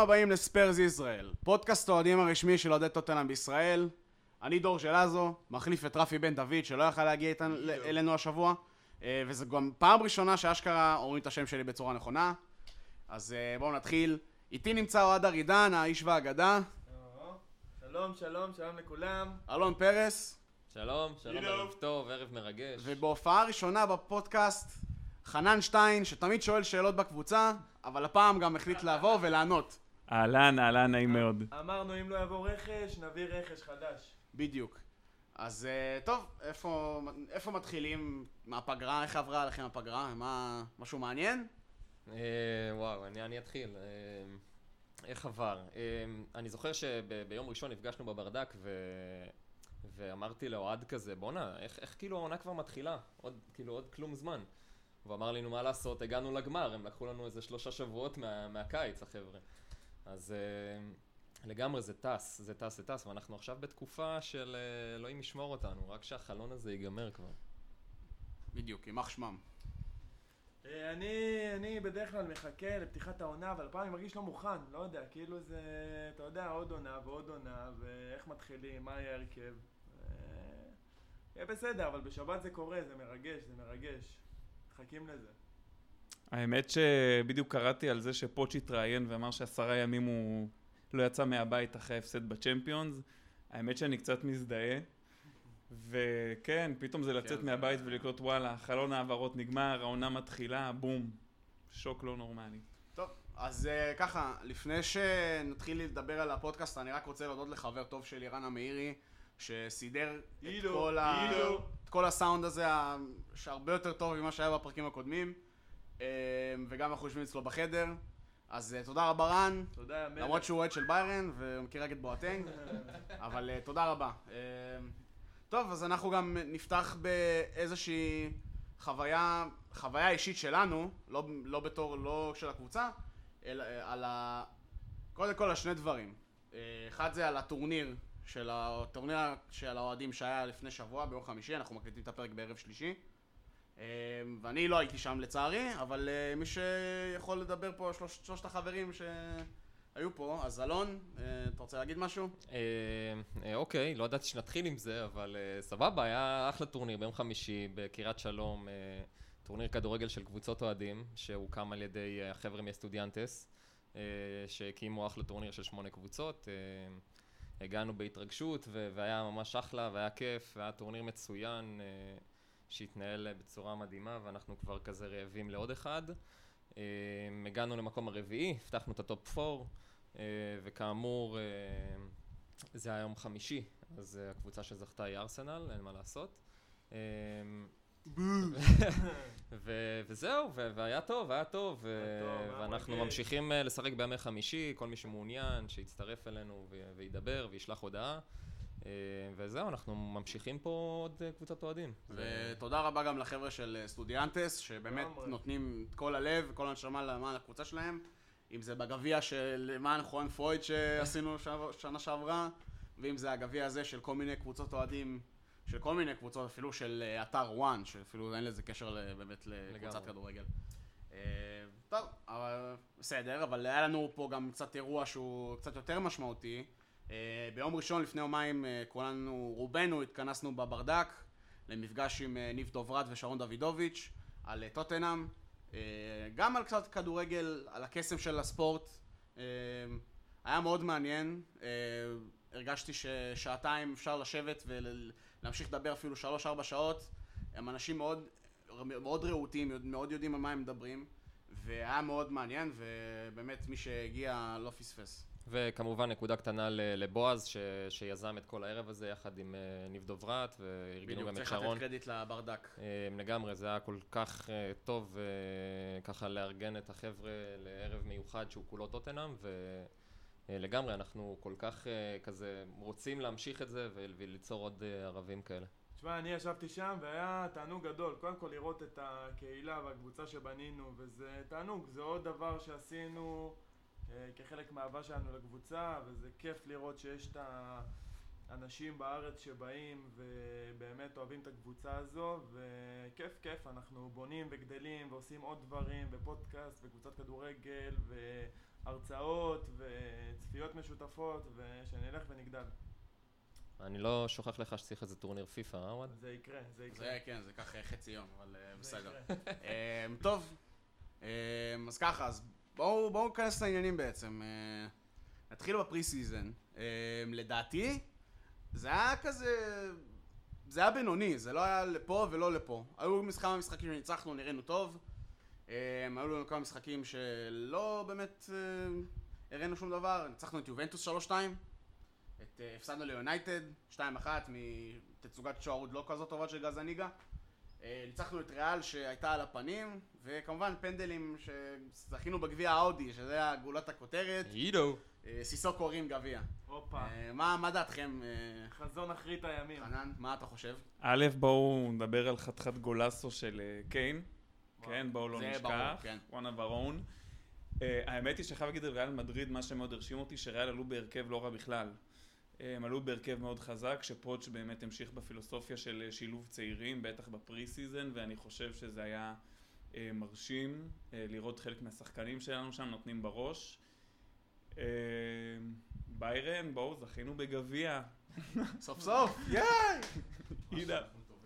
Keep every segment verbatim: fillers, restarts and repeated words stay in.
הבאים לספיירס ישראל, פודקאסט האוהדים הרשמי של אוהדי טוטנהאם בישראל. אני דור ז'לאזו, מחליף את רפי בן דוד שלא יכל להגיע איתנו אלינו השבוע, וזו גם פעם ראשונה שאשכרה אומרים את השם שלי בצורה נכונה. אז בואו נתחיל. איתי נמצא אוהד ארידן, האיש והאגדה. שלום, שלום, שלום לכולם. אלון פרס. שלום, שלום, ערב טוב, ערב מרגש. ובהופעה ראשונה בפודקאסט, חנן שטיין, שתמיד שואל שאלות בקבוצה, אבל הפעם גם החליט לעבור ולענות. אהלן, אהלן, נעים מאוד. אמרנו, אם לא יבוא רכש, נביא רכש חדש. בדיוק. אז טוב, איפה, איפה מתחילים מהפגרה? איך עברה עליכם הפגרה? מה, משהו מעניין? וואו, אני, אני אתחיל. איך עבר? אני זוכר שביום ראשון נפגשנו בברדק ו... ואמרתי לאוהד כזה, בונה, איך, איך כאילו העונה כבר מתחילה? עוד, כאילו, עוד כלום זמן. והוא אמר לי, נו, מה לעשות? הגענו לגמר, הם לקחו לנו איזה שלושה שבועות מה, מהקיץ, החבר'ה. אז uh, לגמרי זה טס, זה טס, זה טס, ואנחנו עכשיו בתקופה של uh, אלוהים ישמור אותנו, רק שהחלון הזה ייגמר כבר. בדיוק, יימח שמם. אני, אני בדרך כלל מחכה לפתיחת העונה, אבל הפעם אני מרגיש לא מוכן, לא יודע, כאילו זה, אתה יודע, עוד עונה ועוד עונה, ואיך מתחילים, מה יהיה הרכב. יהיה בסדר, אבל בשבת זה קורה, זה מרגש, זה מרגש. מחכים לזה. האמת שבדיוק קראתי על זה שפוצ' התראיין ואמר שעשרה ימים הוא לא יצא מהבית אחרי ההפסד בצ'מפיונס. האמת שאני קצת מזדהה. וכן, פתאום זה לצאת מהבית ולקלוט וואלה, חלון העברות נגמר, העונה מתחילה, בום. שוק לא נורמלי. טוב, אז uh, ככה, לפני שנתחיל לדבר על הפודקאסט, אני רק רוצה להודות לחבר טוב שלי, רן המאירי, שסידר את כל, ה... את כל הסאונד הזה, שהרבה יותר טוב ממה שהיה בפרקים הקודמים, uh, וגם אנחנו יושבים אצלו בחדר. אז uh, תודה רבה רן, תודה, למרות שהוא אוהד של ביירן ומכיר רק את בואטנג, אבל uh, תודה רבה. Uh, טוב, אז אנחנו גם נפתח באיזושהי חוויה, חוויה אישית שלנו, לא, לא בתור, לא של הקבוצה, אלא על ה... קודם כל, השני דברים. אחד זה על הטורניר של הטורניר של האוהדים שהיה לפני שבוע, ביום חמישי, אנחנו מקליטים את הפרק בערב שלישי. ואני לא הייתי שם לצערי, אבל מי שיכול לדבר פה, שלוש, שלושת החברים ש... היו פה, אז אלון, אתה רוצה להגיד משהו? אוקיי, לא ידעתי שנתחיל עם זה, אבל סבבה, היה אחלה טורניר ביום חמישי בקירת שלום, טורניר כדורגל של קבוצות אוהדים, שהוקם על ידי החבר'ה מאסטודיאנטס, שהקימו אחלה טורניר של שמונה קבוצות. הגענו בהתרגשות והיה ממש אחלה והיה כיף, והיה טורניר מצוין שהתנהל בצורה מדהימה, ואנחנו כבר כזה רעבים לעוד אחד. הגענו למקום הרביעי, הפתחנו את הטופ פור, וכאמור זה היה יום חמישי, אז הקבוצה שזכתה היא ארסנל, אין מה לעשות. וזהו, והיה טוב, היה טוב, ואנחנו ממשיכים לשחק בימי חמישי, כל מי שמעוניין שיצטרף אלינו וידבר וישלח הודעה. וזהו, אנחנו ממשיכים פה עוד קבוצת אוהדים. ותודה רבה גם לחבר'ה של סטודיאנטס, שבאמת נותנים את כל הלב, כל הנשמה למען הקבוצה שלהם, אם זה בגביע של למען חואן פרויד שעשינו שנה שעברה, ואם זה הגביע הזה של כל מיני קבוצות אוהדים, של כל מיני קבוצות, אפילו של אתר וואן, שאפילו אין לזה קשר באמת לקבוצת כדורגל. טוב, אבל בסדר, אבל היה לנו פה גם קצת אירוע שהוא קצת יותר משמעותי. Uh, ביום ראשון לפני יומיים uh, כולנו, רובנו התכנסנו בברדק למפגש עם uh, ניב דוברת ושרון דוידוביץ' על uh, טוטנהאם, uh, גם על קצת כדורגל, על הקסם של הספורט. uh, היה מאוד מעניין, uh, הרגשתי ששעתיים אפשר לשבת ולהמשיך לדבר אפילו שלוש ארבע שעות. הם אנשים מאוד, מאוד רהוטים, מאוד יודעים על מה הם מדברים, והיה מאוד מעניין, ובאמת מי שהגיע לא פספס. וכמובן נקודה קטנה לבועז ש... שיזם את כל הערב הזה יחד עם ניב דוברת, וארגנו גם את שרון. בדיוק, צריך לתת קרדיט לברדק. לגמרי, זה היה כל כך טוב ככה לארגן את החבר'ה לערב מיוחד שהוא כולו טוטנהאם, ולגמרי אנחנו כל כך כזה רוצים להמשיך את זה וליצור עוד ערבים כאלה. תשמע, אני ישבתי שם והיה תענוג גדול, קודם כל לראות את הקהילה והקבוצה שבנינו, וזה תענוג, זה עוד דבר שעשינו כחלק מהאהבה שלנו לקבוצה, וזה כיף לראות שיש את האנשים בארץ שבאים ובאמת אוהבים את הקבוצה הזו, וכיף כיף, אנחנו בונים וגדלים ועושים עוד דברים בפודקאסט, בקבוצת כדורגל, הרצאות וצפיות משותפות, ושנלך ונגדל. אני לא שוכח לך שצריך איזה טורניר פיפא, אה וואד? זה יקרה, זה יקרה. זה כן, זה ככה חצי יום, אבל בסדר. טוב, אז ככה, אז בואו ניכנס לעניינים בעצם. נתחיל בפרי סיזן. לדעתי, זה היה כזה... זה היה בינוני, זה לא היה לפה ולא לפה. היו כמה משחקים שניצחנו, נראינו טוב. היו לנו כמה משחקים שלא באמת הראינו שום דבר. ניצחנו את יובנטוס שלוש שתיים. הפסדנו ליונייטד שתיים אחת מתצוגת שוערות לא כזאת טובה של גזניגה. ניצחנו את ריאל שהייתה על הפנים, וכמובן פנדלים שזכינו בגביע האודי, שזה היה גאולת הכותרת. אידו. סיסו קוראים גביע. הופה. מה דעתכם? חזון אחרית הימים. חנן, מה אתה חושב? א', בואו נדבר על חתיכת גולסו של קיין. כן, בואו לא נשכח. one of our own. האמת היא שחייב להגיד על ריאל מדריד, מה שמאוד הרשים אותי, שריאל עלו בהרכב לא רע בכלל. הם עלו בהרכב מאוד חזק, שפוץ' באמת המשיך בפילוסופיה של שילוב צעירים, בטח בפרי סיזן, ואני חושב שזה היה מרשים לראות חלק מהשחקנים שלנו שם נותנים בראש. ביירן, בואו, זכינו בגביע. סוף סוף, יאי! אידה.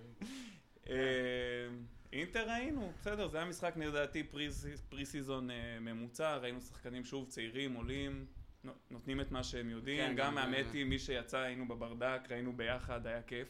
אינטר ראינו, בסדר, זה היה משחק נדעתי פרי סיזון ממוצע, ראינו שחקנים שוב צעירים, עולים, נותנים את מה שהם יודעים, כן, גם האמתי, מי שיצא היינו בברדק, ראינו ביחד, היה כיף.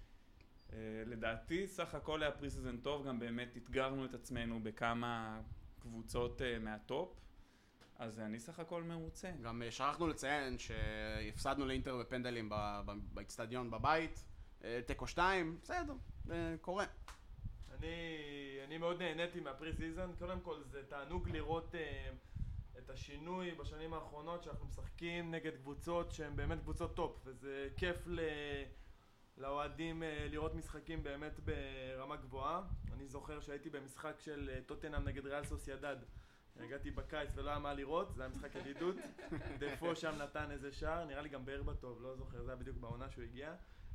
לדעתי, סך הכל היה פרי סיזון טוב, גם באמת התגרנו את עצמנו בכמה קבוצות מהטופ, אז אני סך הכל מרוצה. גם שכחנו לציין שהפסדנו לאינטר בפנדלים באצטדיון בבית, תיקו שתיים, בסדר, קורה. אני, אני מאוד נהניתי מהפרי סיזון, קודם כל זה תענוג לראות uh, את השינוי בשנים האחרונות שאנחנו משחקים נגד קבוצות שהן באמת קבוצות טופ, וזה כיף ל... לאוהדים uh, לראות משחקים באמת ברמה גבוהה. אני זוכר שהייתי במשחק של uh, טוטנהאם נגד ריאל סוסיידד, הגעתי בקיץ ולא היה מה לראות, זה היה משחק ידידות, דפו שם נתן איזה שער, נראה לי גם בארבע טוב, לא זוכר, זה היה בדיוק בעונה שהוא הגיע.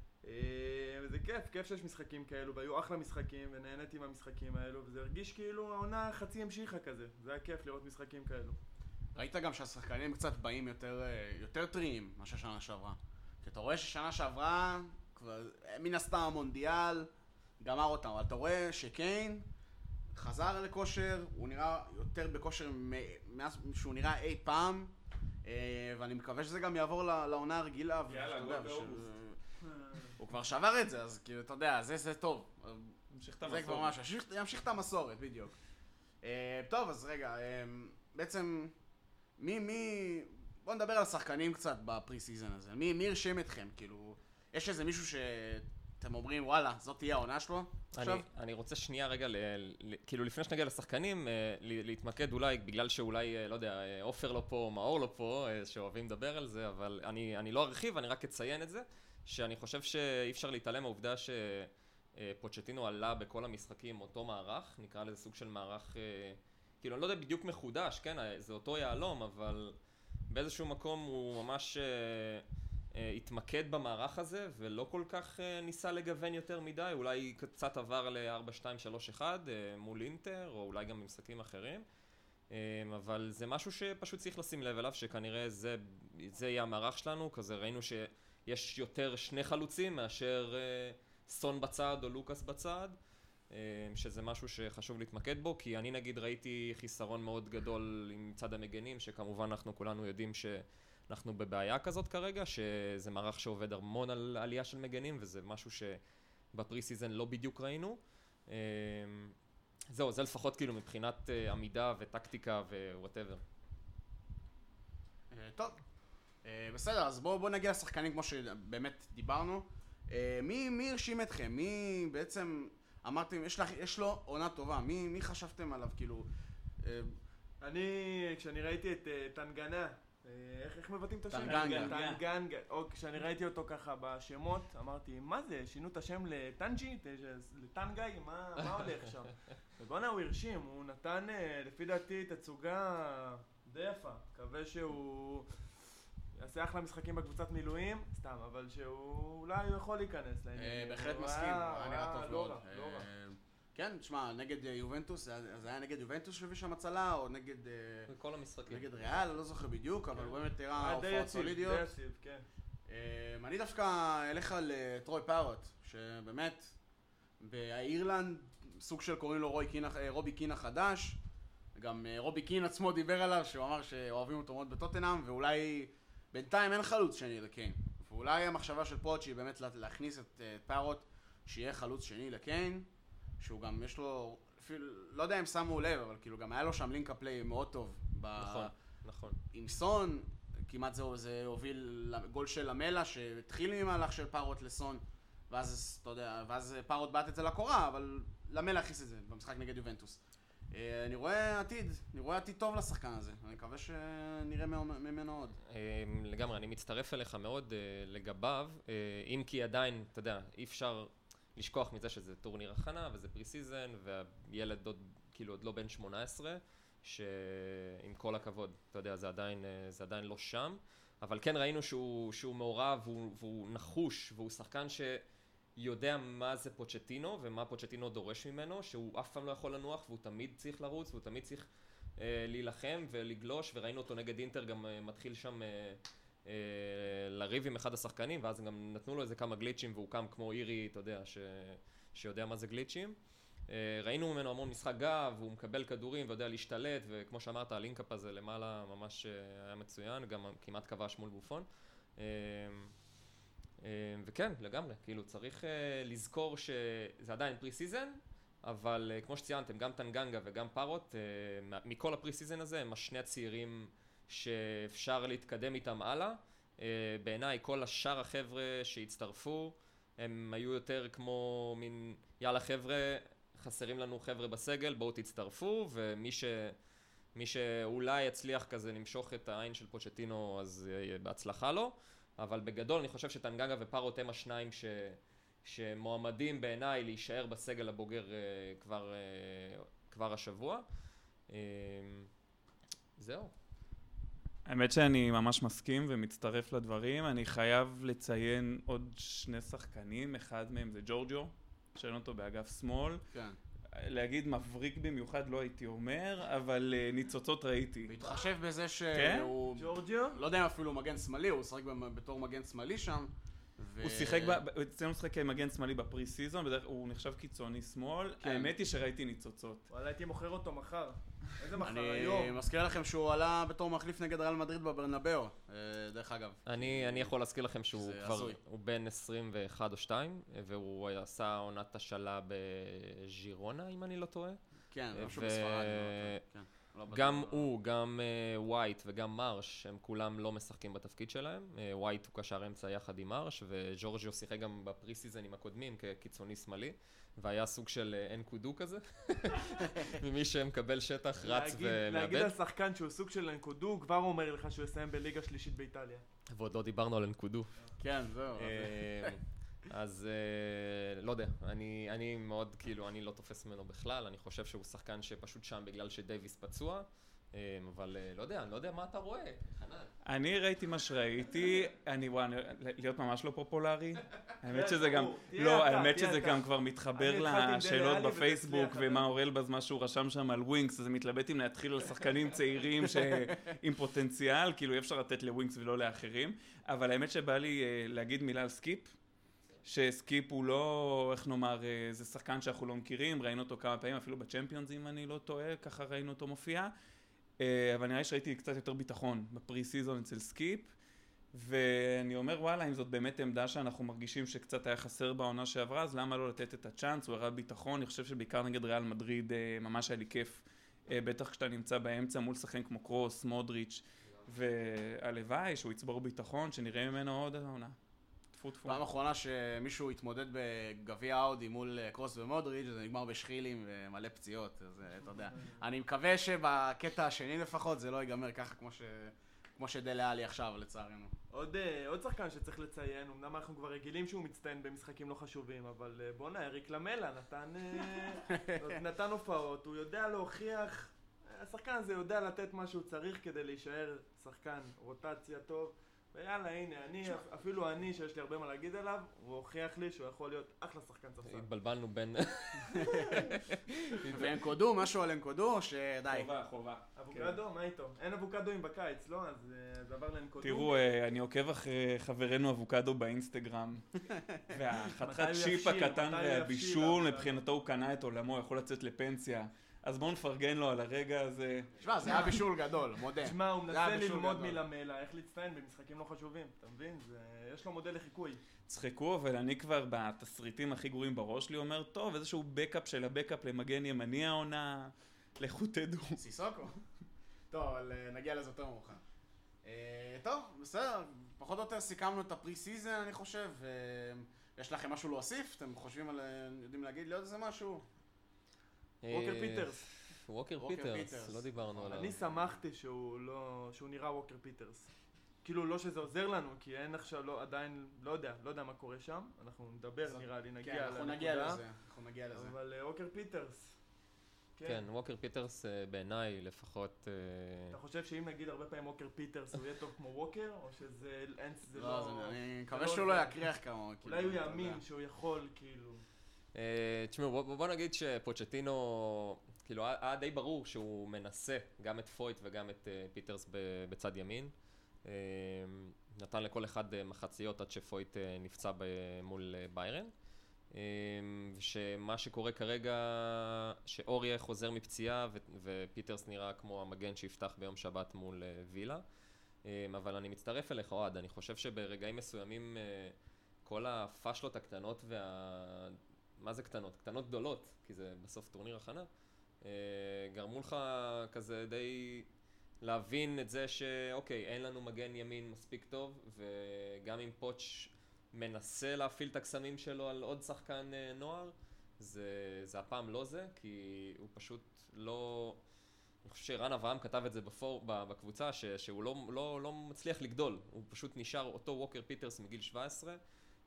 וזה כיף, כיף שיש משחקים כאלו, והיו אחלה משחקים, ונהניתי מהמשחקים האלו, וזה הרגיש כאילו העונה חצי המשיכה כזה, זה היה כיף לראות משחקים כאלו. ראית גם שהשחקנים קצת באים יותר, יותר טריים מאשר שנה שעברה. כי אתה רואה ששנה שעברה, כבר, מן הסתם המונדיאל, גמר אותם, אבל אתה רואה שקיין חזר לכושר, הוא נראה יותר בכושר מאז שהוא נראה אי פעם, ואני מקווה שזה גם יעבור לעונה הרגילה. יאללה, גול באוגוסט. הוא כבר שבר את זה, אז כאילו, אתה יודע, זה, זה טוב. ימשיך את המסורת. זה כבר משהו, ימשיך את המסורת, בדיוק. טוב, אז רגע, בעצם, מי, מי... בואו נדבר על השחקנים קצת בפרי סיזן הזה. מי, מי הרשים אתכם? כאילו, יש איזה מישהו שאתם אומרים, וואלה, זאת תהיה העונה שלו? אני, אני רוצה שנייה רגע, ל, ל, כאילו לפני שנגיע לשחקנים, להתמקד אולי, בגלל שאולי, לא יודע, אופר לא פה, מאור לא פה, שאוהבים לדבר על זה, אבל אני, אני לא ארחיב, אני רק אציין את זה. שאני חושב שאי אפשר להתעלם מהעובדה שפוצ'טינו עלה בכל המשחקים אותו מערך, נקרא לזה סוג של מערך, כאילו אני לא יודע בדיוק מחודש, כן, זה אותו יעלום, אבל באיזשהו מקום הוא ממש התמקד במערך הזה, ולא כל כך ניסה לגוון יותר מדי, אולי קצת עבר ל-ארבע שתיים שלוש אחת מול אינטר, או אולי גם במשחקים אחרים, אבל זה משהו שפשוט צריך לשים לב אליו, שכנראה זה, זה יהיה המערך שלנו, כזה ראינו ש... יש יותר שני חלוצים מאשר אה, סון בצד או לוקאס בצד, אה, שזה משהו שחשוב להתמקד בו, כי אני נגיד ראיתי חיסרון מאוד גדול עם צד המגנים, שכמובן אנחנו כולנו יודעים שאנחנו בבעיה כזאת כרגע, שזה מערך שעובד המון על עלייה של מגנים, וזה משהו שבפרי סיזן לא בדיוק ראינו. אה, זהו, זה לפחות כאילו מבחינת אה, עמידה וטקטיקה ווואטאבר. אה, טוב. Uh, בסדר, אז בואו בוא נגיע לשחקנים כמו שבאמת דיברנו. Uh, מי, מי הרשים אתכם? מי בעצם אמרתם, יש, לך, יש לו עונה טובה, מי, מי חשבתם עליו? כאילו... Uh, אני, כשאני ראיתי את uh, טנגנה, uh, איך, איך מבטאים את השם? טנגנגה. טנגנגה. או כשאני ראיתי אותו ככה בשמות, אמרתי, מה זה? שינו את השם לטנג'י? לטנגאי? מה, מה הולך שם? ובוא'נה הוא הרשים, הוא נתן uh, לפי דעתי תצוגה די יפה. מקווה שהוא... יעשה אחלה משחקים בקבוצת מילואים, סתם, אבל שהוא אולי הוא יכול להיכנס לעניין. בהחלט מסכים, הוא היה נראה טוב מאוד. כן, תשמע, נגד יובנטוס, זה היה נגד יובנטוס שהביא שם הצלה, או נגד... בכל המשחקים. נגד ריאל, לא זוכר בדיוק, אבל הוא באמת הראה הופעות סולידיות. די יציב, כן. אני דווקא אלך על טרוי פארוט, שבאמת, באירלנד, סוג של קוראים לו רובי קין החדש, גם רובי קין עצמו דיבר עליו, שהוא אמר שאוהבים אותו מאוד בטוטנהאם, ואולי בינתיים אין חלוץ שני לקיין. ואולי המחשבה של פוצ'י היא באמת להכניס את פארוט, שיהיה חלוץ שני לקיין, שהוא גם יש לו, אפילו, לא יודע אם שמו לב, אבל כאילו גם היה לו שם לינק הפליי מאוד טוב. נכון, נכון. עם סון, כמעט זה, זה הוביל לגול של המלה, שהתחיל ממהלך של פארוט לסון, ואז, אתה יודע, ואז פארוט בעט את זה לקורה, אבל למלה הכניס את זה במשחק נגד יובנטוס. אני רואה עתיד, אני רואה עתיד טוב לשחקן הזה, אני מקווה שנראה ממנו עוד. לגמרי, אני מצטרף אליך מאוד לגביו, אם כי עדיין, אתה יודע, אי אפשר לשכוח מזה שזה טורניר הכנה וזה פרי סיזן, והילד עוד, כאילו, עוד לא בן שמונה עשרה, שעם כל הכבוד, אתה יודע, זה עדיין, זה עדיין לא שם, אבל כן ראינו שהוא, שהוא מעורב, והוא, והוא נחוש, והוא שחקן שיודע מה זה פוצ'טינו, ומה פוצ'טינו דורש ממנו, שהוא אף פעם לא יכול לנוח, והוא תמיד צריך לרוץ, והוא תמיד צריך אה, להילחם ולגלוש, וראינו אותו נגד אינטר גם אה, מתחיל שם אה, אה, לריב עם אחד השחקנים, ואז גם נתנו לו איזה כמה גליצ'ים, והוא קם כמו אירי, אתה יודע, ש, שיודע מה זה גליצ'ים. ראינו ממנו המון משחק גב, הוא מקבל כדורים ויודע להשתלט, וכמו שאמרת, הלינקאפ הזה למעלה ממש היה מצוין, גם כמעט כבש מול בופון. וכן, לגמרי, כאילו צריך לזכור שזה עדיין פרי סיזן, אבל כמו שציינתם, גם טנגנגה וגם פארוט, מכל הפרי סיזן הזה הם השני הצעירים שאפשר להתקדם איתם הלאה. בעיניי כל השאר החבר'ה שהצטרפו, הם היו יותר כמו מין, יאללה חבר'ה, חסרים לנו חבר'ה בסגל, בואו תצטרפו, ומי ש... מי שאולי יצליח כזה למשוך את העין של פוצ'טינו, אז בהצלחה לו. אבל בגדול אני חושב שטנגנגה ופארוט הם השניים ש... שמועמדים בעיניי להישאר בסגל הבוגר כבר, כבר השבוע. זהו. האמת שאני ממש מסכים ומצטרף לדברים. אני חייב לציין עוד שני שחקנים, אחד מהם זה ג'ורג'ו, שאין אותו באגף שמאל. כן. להגיד מבריק במיוחד לא הייתי אומר, אבל ניצוצות ראיתי. והתחשב בזה שהוא... כן? ג'ורג'ו? לא יודע אם אפילו מגן שמאלי, הוא שחק בתור מגן שמאלי שם. הוא שיחק, אצלנו משחק מגן שמאלי בפרי סיזון, הוא נחשב קיצוני שמאל. האמת היא שראיתי ניצוצות. וואלה, הייתי מוכר אותו מחר. איזה מחר היום? אני מזכיר לכם שהוא עלה בתור מחליף נגד ריאל מדריד בברנבאו, דרך אגב. אני יכול להזכיר לכם שהוא כבר, הוא בן עשרים ואחת או שתיים, והוא עשה עונת השאלה בז'ירונה, אם אני לא טועה. כן, משהו בספרד. גם הוא, גם ווייט וגם מרש, הם כולם לא משחקים בתפקיד שלהם. ווייט הוא קשר אמצע יחד עם מרש, וג'ורג'יו שיחק גם בפרי סיזנים הקודמים כקיצוני שמאלי, והיה סוג של אנקודו כזה, ממי שמקבל שטח, רץ ומאבד. להגיד על שחקן שהוא סוג של אנקודו, כבר אומר לך שהוא יסיים בליגה שלישית באיטליה. ועוד לא דיברנו על אנקודו. כן, זהו. אז לא יודע, אני, אני מאוד, כאילו, אני לא תופס ממנו בכלל, אני חושב שהוא שחקן שפשוט שם בגלל שדייביס פצוע, אבל לא יודע, אני לא יודע מה אתה רואה, חנן. אני ראיתי מה שראיתי, אני, וואי, להיות ממש לא פופולרי, האמת שזה גם, לא, האמת שזה גם כבר מתחבר לשאלות בפייסבוק, ומה אורל בז מה שהוא רשם שם על ווינקס, אז מתלבט אם להתחיל על שחקנים צעירים עם פוטנציאל, כאילו אי אפשר לתת לווינקס ולא לאחרים, אבל האמת שבא לי להגיד מילה על סקיפ, שסקיפ הוא לא, איך נאמר, זה שחקן שאנחנו לא מכירים, ראינו אותו כמה פעמים, אפילו בצ'מפיונס אם אני לא טועה, ככה ראינו אותו מופיע, אבל נראה שראיתי קצת יותר ביטחון בפרי סיזון אצל סקיפ, ואני אומר וואלה, אם זאת באמת עמדה שאנחנו מרגישים שקצת היה חסר בעונה שעברה, אז למה לא לתת את הצ'אנס, הוא הראה ביטחון, אני חושב שבעיקר נגד ריאל מדריד ממש היה לי כיף, בטח כשאתה נמצא באמצע מול שחקנים כמו קרוס, מודריץ' והלוואי שהוא יצבור ביטחון, שנראה ממנו עוד העונה. פעם האחרונה שמישהו התמודד בגביע האודי מול קרוס ומודריץ' זה נגמר בשחילים ומלא פציעות, אז אתה יודע. אני מקווה שבקטע השני לפחות זה לא ייגמר ככה כמו ש... כמו שדלה עלי עכשיו לצערנו. עוד, עוד שחקן שצריך לציין, אמנם אנחנו כבר רגילים שהוא מצטיין במשחקים לא חשובים, אבל בוא'נה, אריק למלה נתן, נתן הופעות, הוא יודע להוכיח, השחקן הזה יודע לתת מה שהוא צריך כדי להישאר שחקן רוטציה טוב, ויאללה, הנה, אני, אפילו אני, שיש לי הרבה מה להגיד עליו, הוא הוכיח לי שהוא יכול להיות אחלה שחקן ספסל. התבלבלנו בין... ואנקודו, משהו על אנקודו, שדי. חובה, חובה. אבוקדו? מה איתו? אין אבוקדואים בקיץ, לא? אז זה עבר לאנקודו. תראו, אני עוקב אחרי חברנו אבוקדו באינסטגרם, והחתיכת צ'יפ הקטן והבישול, מבחינתו הוא קנה את עולמו, יכול לצאת לפנסיה. אז בואו נפרגן לו על הרגע הזה. תשמע, זה היה בישול גדול, מודה. תשמע, הוא מנסה ללמוד מלמלה, איך להצטיין במשחקים לא חשובים, אתה מבין? יש לו מודל לחיקוי. צחקו, אבל אני כבר בתסריטים הכי גרועים בראש לי אומר, טוב, איזשהו בקאפ של הבקאפ למגן ימני העונה, לכו תדעו. סיסוקו? טוב, אבל נגיע לזה יותר מאוחר. טוב, בסדר, פחות או יותר סיכמנו את הפרי סיזן, אני חושב. יש לכם משהו להוסיף? אתם חושבים על, יודעים להגיד לי עוד איזה משהו? ווקר פיטרס. ווקר פיטרס, לא דיברנו עליו. אני שמחתי שהוא לא, שהוא נראה ווקר פיטרס. כאילו לא שזה עוזר לנו, כי אין עכשיו, לא, עדיין, לא יודע, לא יודע מה קורה שם. אנחנו נדבר, נראה לי, נגיע לנקודה. כן, אנחנו נגיע לזה, אנחנו נגיע לזה. אבל ווקר פיטרס. כן, ווקר פיטרס בעיניי לפחות... אתה חושב שאם נגיד הרבה פעמים ווקר פיטרס הוא יהיה טוב כמו ווקר, או שזה לא... לא, אני מקווה שהוא לא יקריח כמוהו. אולי הוא יאמין שהוא יכול, כאילו... תשמעו, בוא נגיד שפוצ'טינו, כאילו, היה די ברור שהוא מנסה גם את פויט וגם את פיטרס בצד ימין. נתן לכל אחד מחציות עד שפויט נפצע מול ביירן. שמה שקורה כרגע, שאוריה חוזר מפציעה ופיטרס נראה כמו המגן שיפתח ביום שבת מול וילה. אבל אני מצטרף אליך, אוהד, אני חושב שברגעים מסוימים כל הפשלות הקטנות וה... מה זה קטנות? קטנות גדולות, כי זה בסוף טורניר הכנה. גרמו לך כזה די להבין את זה שאוקיי, אין לנו מגן ימין מספיק טוב, וגם אם פוץ' מנסה להפעיל את הקסמים שלו על עוד שחקן נוער, זה, זה הפעם לא זה, כי הוא פשוט לא... אני חושב שרן אברהם כתב את זה בפור, בקבוצה, ש, שהוא לא, לא, לא מצליח לגדול. הוא פשוט נשאר אותו ווקר פיטרס מגיל שבע עשרה,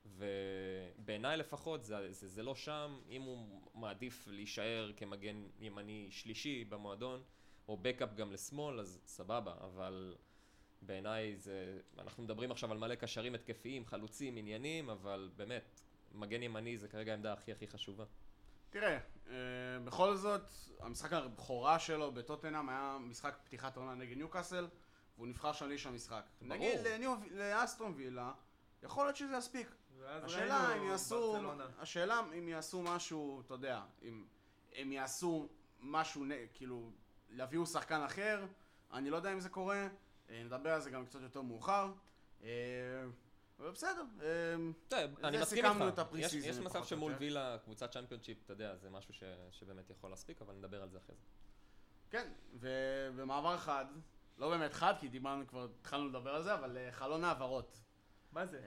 ובעיניי לפחות זה, זה, זה לא שם. אם הוא מעדיף להישאר כמגן ימני שלישי במועדון, או בקאפ גם לשמאל, אז סבבה, אבל בעיניי זה... אנחנו מדברים עכשיו על מלא קשרים התקפיים, חלוצים, עניינים, אבל באמת, מגן ימני זה כרגע העמדה הכי הכי חשובה. תראה, בכל זאת, המשחק הבכורה שלו בטוטנהאם היה משחק פתיחת עונה נגד ניוקאסל, והוא נבחר שם לאיש המשחק. נגיד לאסטון וילה, יכול להיות שזה יספיק. השאלה אם יעשו, השאלה אם יעשו משהו, אתה יודע, אם הם יעשו משהו, כאילו, להביאו שחקן אחר, אני לא יודע אם זה קורה, נדבר על זה גם קצת יותר מאוחר. אבל בסדר, אני מסכים איתך, יש מצב שמול וילה, קבוצת צ'מפיונשיפ, אתה יודע, זה משהו שבאמת יכול להספיק, אבל נדבר על זה אחרי זה. כן, ובמעבר חד, לא באמת חד, כי דיברנו כבר, התחלנו לדבר על זה, אבל חלון העברות. מה זה?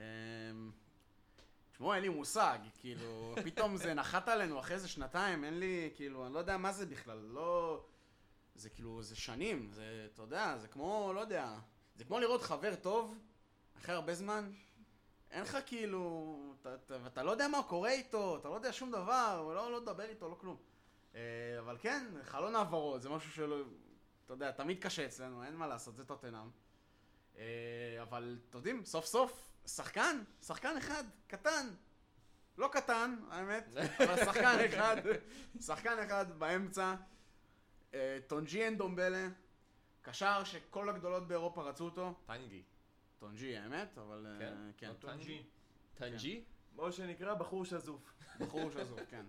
תשמעו, אין לי מושג, כאילו, פתאום זה נחת עלינו אחרי איזה שנתיים, אין לי, כאילו, אני לא יודע מה זה בכלל, לא... זה כאילו, זה שנים, זה, אתה יודע, זה כמו, לא יודע, זה כמו לראות חבר טוב, אחרי הרבה זמן, אין לך כאילו, אתה, אתה, אתה לא יודע מה קורה איתו, אתה לא יודע שום דבר, לא, לא לדבר איתו, לא כלום. אבל כן, חלון העברות, זה משהו שלא, אתה יודע, תמיד קשה אצלנו, אין מה לעשות, זה טוטנהאם. אבל, אתם יודעים, סוף סוף, שחקן, שחקן אחד, קטן, לא קטן, האמת, אבל שחקן אחד, שחקן אחד באמצע, טונג'י אנדומבלה, קשר שכל הגדולות באירופה רצו אותו. טנגי. טונג'י, האמת, אבל כן. טונג'י. טנג'י? כמו שנקרא בחור שזוף. בחור שזוף, כן.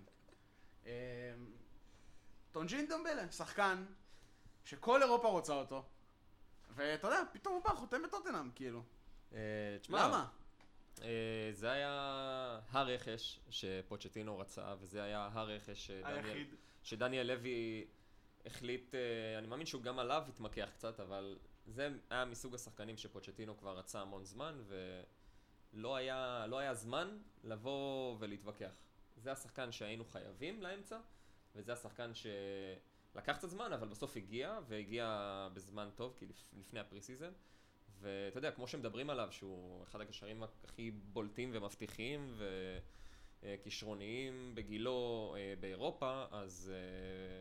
טונג'י אנדומבלה, שחקן שכל אירופה רוצה אותו, ואתה יודע, פתאום הוא בא, חותם בטוטנהאם, כאילו. למה? זה היה הרכש שפוצ'טינו רצה, וזה היה הרכש שדניאל לוי החליט, אני מאמין שהוא גם עליו התמקח קצת, אבל זה היה מסוג השחקנים שפוצ'טינו כבר רצה המון זמן, ולא היה, לא היה זמן לבוא ולהתווכח. זה השחקן שהיינו חייבים לאמצע, וזה השחקן שלקח קצת זמן, אבל בסוף הגיע, והגיע בזמן טוב, כי לפני הפרי-סיזן. ואתה יודע, כמו שמדברים עליו, שהוא אחד הקשרים הכי בולטים ומבטיחים וכישרוניים בגילו באירופה, אז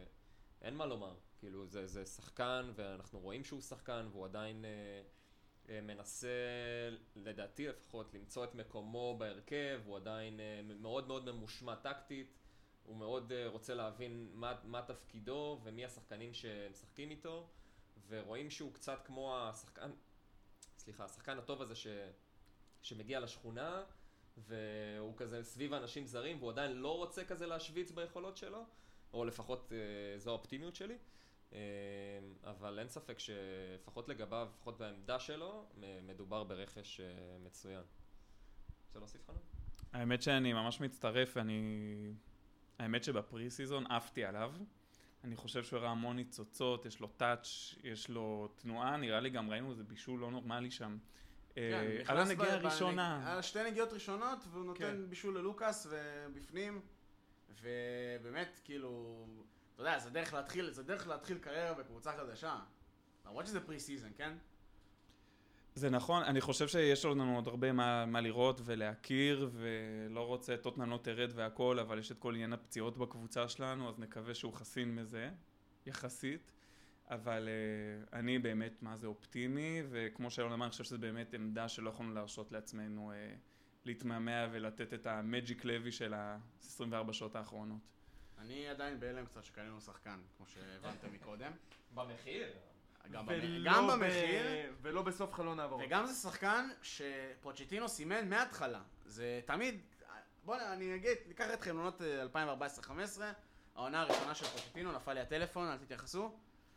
אין מה לומר. כאילו, זה, זה שחקן, ואנחנו רואים שהוא שחקן, והוא עדיין מנסה, לדעתי לפחות, למצוא את מקומו בהרכב, הוא עדיין מאוד מאוד ממושמע טקטית, הוא מאוד רוצה להבין מה, מה תפקידו ומי השחקנים שמשחקים איתו, ורואים שהוא קצת כמו השחקן, סליחה, השחקן הטוב הזה ש, שמגיע לשכונה, והוא כזה סביב האנשים זרים, והוא עדיין לא רוצה כזה להשוויץ ביכולות שלו, או לפחות זו האופטימיות שלי. אבל אין ספק שלפחות לגביו, לפחות בעמדה שלו, מדובר ברכש מצוין. רוצה להוסיף חנן? האמת שאני ממש מצטרף, אני... האמת שבפרי סיזון עפתי עליו. אני חושב שהוא הראה המון ניצוצות, יש לו טאץ', יש לו תנועה, נראה לי גם ראינו איזה בישול לא נורמלי שם. כן, על הנגיעה הראשונה. על שתי נגיעות ראשונות, והוא נותן בישול ללוקאס ובפנים, ובאמת כאילו... אתה יודע, זה דרך להתחיל, זה דרך להתחיל קריירה בקבוצה חדשה. למרות שזה פרי סיזן, כן? זה נכון, אני חושב שיש לנו עוד הרבה מה, מה לראות ולהכיר, ולא רוצה טוטנהאם לא תרד והכל, אבל יש את כל עניין הפציעות בקבוצה שלנו, אז נקווה שהוא חסין מזה, יחסית. אבל uh, אני באמת מה זה אופטימי, וכמו שאלון אמר, אני חושב שזה באמת עמדה שלא יכולנו להרשות לעצמנו uh, להתמהמה ולתת את המג'יק לוי של ה-עשרים וארבע שעות האחרונות. אני עדיין בהלם קצת שקנינו שחקן, כמו שהבנתם מקודם. במחיר? גם, גם במחיר. ולא בסוף חלון העברות. וגם זה שחקן שפוצ'טינו סימן מההתחלה. זה תמיד, בואו אני אגיד, ניקח אתכם לעונות אלפיים וארבע עשרה חמש עשרה, העונה הראשונה של פוצ'טינו, נפל לי הטלפון, אל תתייחסו.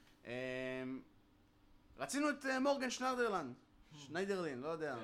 רצינו את מורגן שניידרלנד, שניידרלין, לא יודע.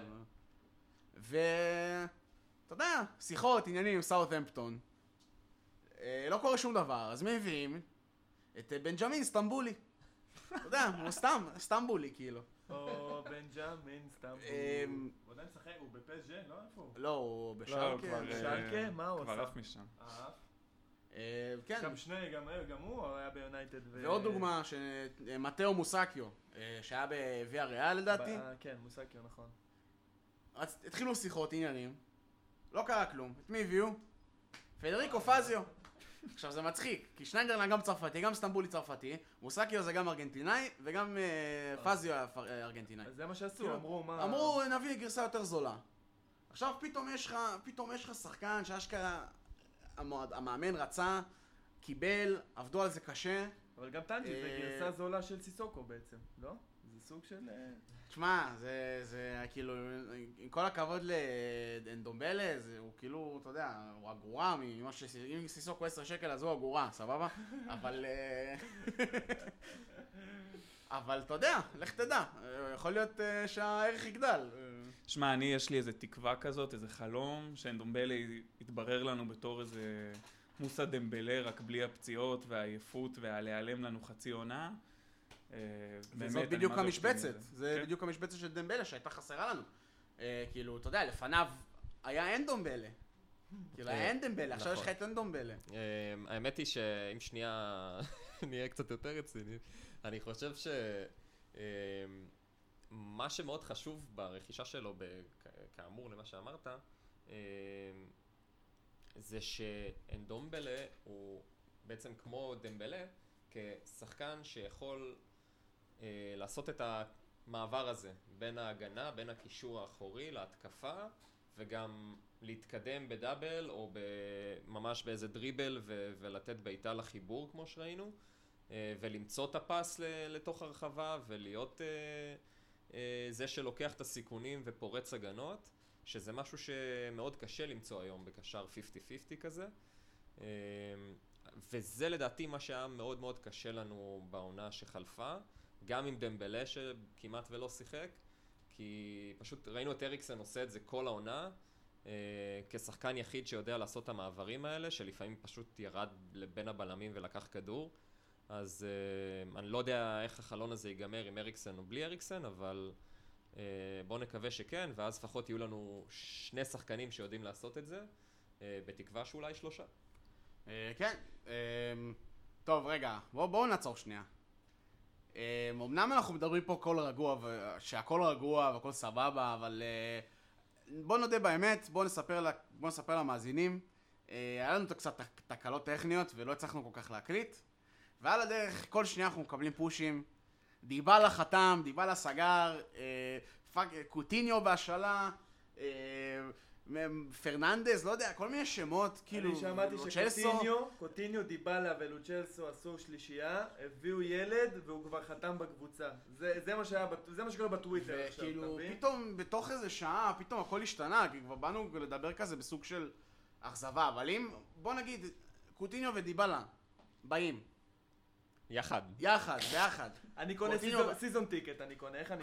ואתה יודע, שיחות, עניינים עם סאות'המפטון. לא קורה שום דבר, אז מי מביאים? את בנג'מין סטמבולי. אתה יודע, הוא סתם, סטמבולי כאילו. או בנג'מין סטמבולי. הוא עדיין משחק, הוא בפסג' לא איפה הוא? לא, הוא בשלקה. בשלקה? מה הוא עשה? כבר עף משם. כן. גם שני, גם הוא היה ביונייטד. ועוד דוגמה, מתאו מוסקיו, שהיה בוויה ריאל לדעתי. כן, מוסקיו, נכון. התחילו שיחות, עניינים. לא קרה כלום. את מי הביאו? פדריקו פזיו. עכשיו זה מצחיק, כי שניידרלנד גם צרפתי, גם סטמבולי צרפתי, מוסקיו זה גם ארגנטינאי, וגם פזיו ארגנטינאי. אז זה מה שעשו, אמרו מה... אמרו נביא גרסה יותר זולה. עכשיו פתאום יש לך, פתאום יש לך שחקן שאשכרה המאמן רצה, קיבל, עבדו על זה קשה. אבל גם טנג'י, זה גרסה זולה של סיסוקו בעצם, לא? זה סוג של... תשמע, זה, זה כאילו, עם כל הכבוד לאנדומבלה, זה, הוא כאילו, אתה יודע, הוא הגרוע, ממה ש... אם סיסוקו עשרה שקל אז הוא הגרוע, סבבה? אבל... אבל אתה יודע, לך תדע, יכול להיות שהערך יגדל. שמע, אני, יש לי איזה תקווה כזאת, איזה חלום, שאנדומבלה יתברר לנו בתור איזה מוסא דמבלה, רק בלי הפציעות והעייפות והלהיעלם לנו חצי עונה. וזאת בדיוק המשבצת, זה בדיוק המשבצת של דמבלה שהייתה חסרה לנו. כאילו, אתה יודע, לפניו היה אין דומבלה. כאילו, היה אין דמבלה, עכשיו יש לך את אין דומבלה. האמת היא שאם שנייה נהיה קצת יותר רציני, אני חושב שמה שמאוד חשוב ברכישה שלו, כאמור למה שאמרת, זה שאין דומבלה הוא בעצם כמו דמבלה, כשחקן שיכול אה, לעשות את המעבר הזה בין ההגנה, בין הקישור האחורי להתקפה, וגם להתקדם בדאבל או ממש באיזה דריבל ו- ולתת בעיטה לחיבור כמו שראינו, אה, ולמצוא את הפס לתוך הרחבה ולהיות אה, אה, זה שלוקח את הסיכונים ופורץ הגנות, שזה משהו שמאוד קשה למצוא היום בקשר חמישים חמישים כזה. אה, וזה לדעתי מה שהיה מאוד מאוד קשה לנו בעונה שחלפה, גם עם דמבלה שכמעט ולא שיחק, כי פשוט ראינו את אריקסן עושה את זה כל העונה, אה, כשחקן יחיד שיודע לעשות את המעברים האלה, שלפעמים פשוט ירד בין הבלמים ולקח כדור, אז אה, אני לא יודע איך החלון הזה ייגמר עם אריקסן או בלי אריקסן, אבל אה, בואו נקווה שכן, ואז לפחות יהיו לנו שני שחקנים שיודעים לעשות את זה, אה, בתקווה שאולי שלושה. כן, טוב רגע, בואו נעצור שנייה. אמנם אנחנו מדברים פה הכל רגוע, שהכל רגוע והכל סבבה, אבל בואו נודה באמת, בואו נספר למאזינים. היה לנו קצת תקלות טכניות ולא הצלחנו כל כך להקליט, ועל הדרך כל שנייה אנחנו מקבלים פושים. דיבלה חתם, דיבלה סגר, פאק, קוטיניו בהשאלה, פרננדז, לא יודע, כל מיני שמות, כאילו, אני שמעתי שקוטיניו, קוטיניו, דיבאלה ולוצ'לסו עשו שלישייה, הביאו ילד והוא כבר חתם בקבוצה. זה, זה מה שהיה, זה מה שקורה בטוויטר עכשיו, וכאילו, תבין? פתאום, בתוך איזה שעה, פתאום הכל השתנה, כי כבר באנו לדבר כזה בסוג של אכזבה, אבל אם, בוא נגיד, קוטיניו ודיבאלה, באים. יחד. יחד, ביחד. אני קונה סיזון טיקט, אני קונה, איך אני...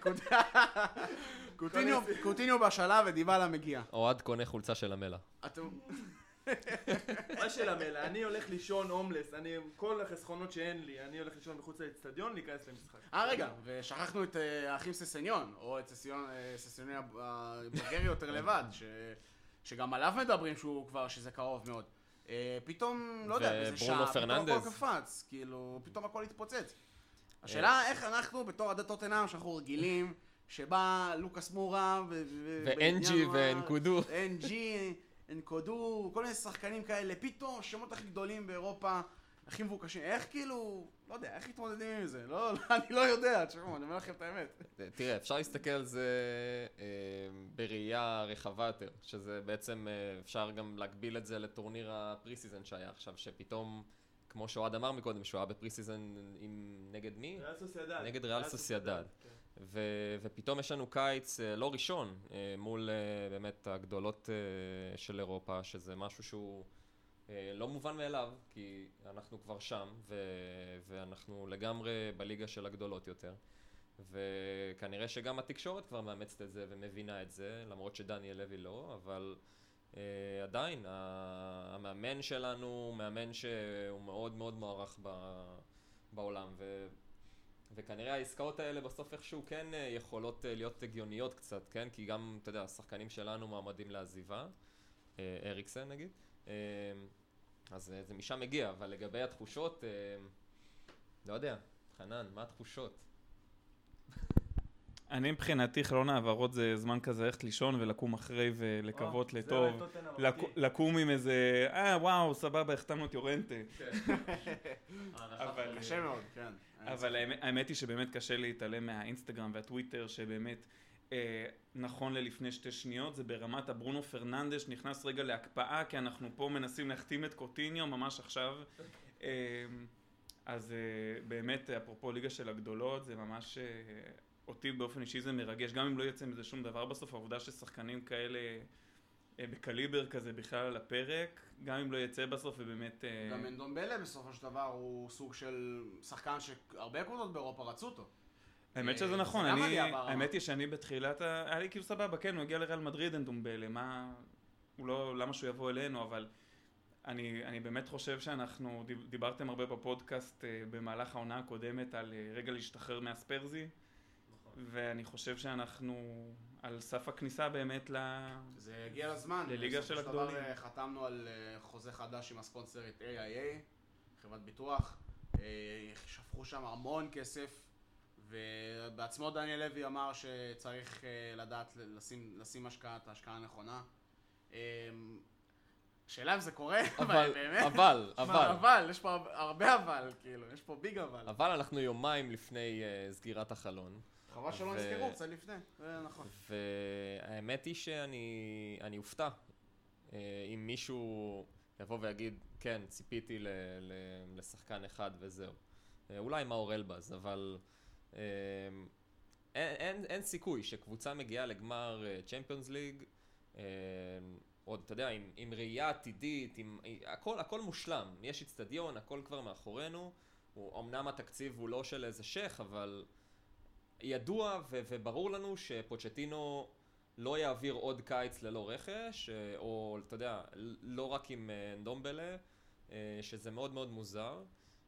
קוטיניו בשלב ודיבאלה מגיע. אוהד קונה חולצה של המלה. אתם... מה של המלה? אני הולך לישון הומלס, אני, כל החסכונות שאין לי, אני הולך לישון מחוץ לאצטדיון, להיכנס למשחק. אה רגע, ושכחנו את האחים ססניון, או את ססניון הבולגרי יותר לבד, שגם עליו מדברים שהוא כבר, שזה קרוב מאוד. פתאום, לא יודע, באיזה שעה, פתאום הכל קפץ, כאילו, פתאום הכל התפוצץ. השאלה איך אנחנו, בתור עדת טוטנהאם, שאנחנו רגילים, שבא לוקאס מורה, ואנג'י ואנקודו, אנג'י, אנקודו, כל מיני שחקנים כאלה, פתאום השמות הכי גדולים באירופה, הכי מבוקשים, איך כאילו, לא יודע, איך התמודדים עם זה? לא, אני לא יודע, תשמעו, אני אומר לכם את האמת. תראה, אפשר להסתכל על זה בראייה רחבה יותר, שזה בעצם, אפשר גם להגביל את זה לטורניר הפרי-סיזן שהיה עכשיו, שפתאום, כמו שאוהד אמר מקודם, שהוא היה בפרי-סיזן עם נגד מי? ריאל סוסיידד. נגד ריאל סוסיידד. ופתאום יש לנו קיץ לא ראשון מול באמת הגדולות של אירופה, שזה משהו שהוא לא מובן מאליו, כי אנחנו כבר שם, ואנחנו לגמרי בליגה של הגדולות יותר. וכנראה שגם התקשורת כבר מאמצת את זה ומבינה את זה, למרות שדניאל לוי לא, אבל עדיין, המאמן שלנו הוא מאמן שהוא מאוד מאוד מוערך בעולם, ו... וכנראה העסקאות האלה בסוף איכשהו כן יכולות להיות הגיוניות קצת, כן? כי גם, אתה יודע, השחקנים שלנו מעמדים לעזיבה, אריקסן נגיד, אז זה משם מגיע, אבל לגבי התחושות, לא יודע, חנן, מה התחושות? אני מבחינתי חלון העברות זה זמן כזה ללכת לישון ולקום אחרי ולקוות לטוב, לקום עם איזה, אה וואו סבבה החתמנו את יורנטה. קשה מאוד, כן. אבל האמת היא שבאמת קשה להתעלם מהאינסטגרם והטוויטר שבאמת נכון ללפני שתי שניות, זה ברמת הברונו פרננדש נכנס רגע להקפאה כי אנחנו פה מנסים להחתים את קוטיניו ממש עכשיו. אז באמת אפרופו ליגה של הגדולות זה ממש אותי באופן אישי זה מרגש, גם אם לא יוצא מזה שום דבר בסוף, העובדה ששחקנים כאלה בקליבר כזה בכלל על הפרק, גם אם לא יצא בסוף ובאמת... גם אנדומבלה בסופו של דבר הוא סוג של שחקן שהרבה קבוצות באירופה רצו אותו. האמת שזה נכון, האמת היא שאני בתחילת, היה לי כאילו סבבה, כן, הוא הגיע לריאל מדריד אנדומבלה, מה... הוא לא, למה שהוא יבוא אלינו, אבל אני, אני באמת חושב שאנחנו, דיברתם הרבה בפודקאסט במהלך העונה הקודמת על רגע להשתחרר מהספרזי, ואני חושב שאנחנו על סף הכניסה באמת ל... זה הגיע לזמן. לליגה של הגדולים. בסופו של דבר חתמנו על חוזה חדש עם הספונסרית איי איי איי, חברת ביטוח. שפכו שם המון כסף, ובעצמו דניאל לוי אמר שצריך לדעת לשים, לשים השקעה, את ההשקעה הנכונה. שאלה אם זה קורה, אבל, באמת. אבל, אבל. אבל, יש פה הרבה אבל, כאילו, יש פה ביג אבל. אבל אנחנו יומיים לפני uh, סגירת החלון. חבל שלא נזכרו, קצת לפני, זה נכון. והאמת היא שאני אני אופתע אם מישהו יבוא ויגיד, כן, ציפיתי ל, ל, לשחקן אחד וזהו. אולי מאור אלבז, אבל אין, אין, אין סיכוי שקבוצה מגיעה לגמר צ'מפיונס ליג, עוד, אתה יודע, עם, עם ראייה עתידית, עם, הכל, הכל מושלם. יש אצטדיון, הכל כבר מאחורינו. הוא, אמנם התקציב הוא לא של איזה שייך, אבל ידוע ו- וברור לנו שפוצ'טינו לא יעביר עוד קיץ ללא רכש, או, אתה יודע, לא רק עם אנדומבלה, שזה מאוד מאוד מוזר.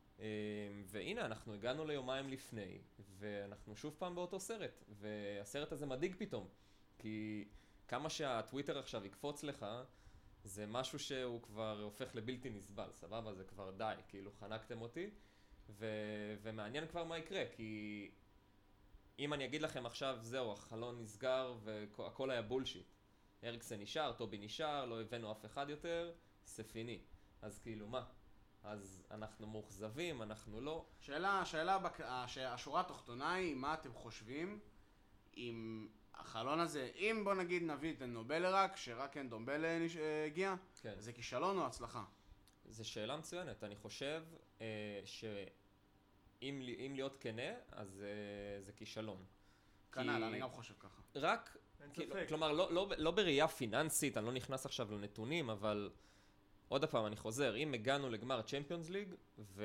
והנה, אנחנו הגענו ליומיים לפני, ואנחנו שוב פעם באותו סרט, והסרט הזה מדאיג פתאום, כי כמה שהטוויטר עכשיו יקפוץ לך, זה משהו שהוא כבר הופך לבלתי נסבל, סבבה? זה כבר די, כאילו חנקתם אותי, ו- ומעניין כבר מה יקרה, כי אם אני אגיד לכם עכשיו, זהו, החלון נסגר והכל היה בולשיט. אריקסן נשאר, טובי נשאר, לא הבאנו אף אחד יותר, ספיני. אז כאילו מה? אז אנחנו מאוכזבים, אנחנו לא. שאלה, שאלה, בק... השורה התחתונה היא, מה אתם חושבים עם החלון הזה, אם בוא נגיד נביא את נובלה רק, שרק אין דומבלה הגיע, כן. זה כישלון או הצלחה? זו שאלה מצוינת. אני חושב אה, שאם אם להיות כנה, אז אה, זה כישלון. כנ"ל, כי... אני גם חושב ככה. רק, כאילו, כלומר, לא, לא, לא בראייה פיננסית, אני לא נכנס עכשיו לנתונים, אבל עוד פעם, אני חוזר, אם הגענו לגמר צ'מפיונס ליג,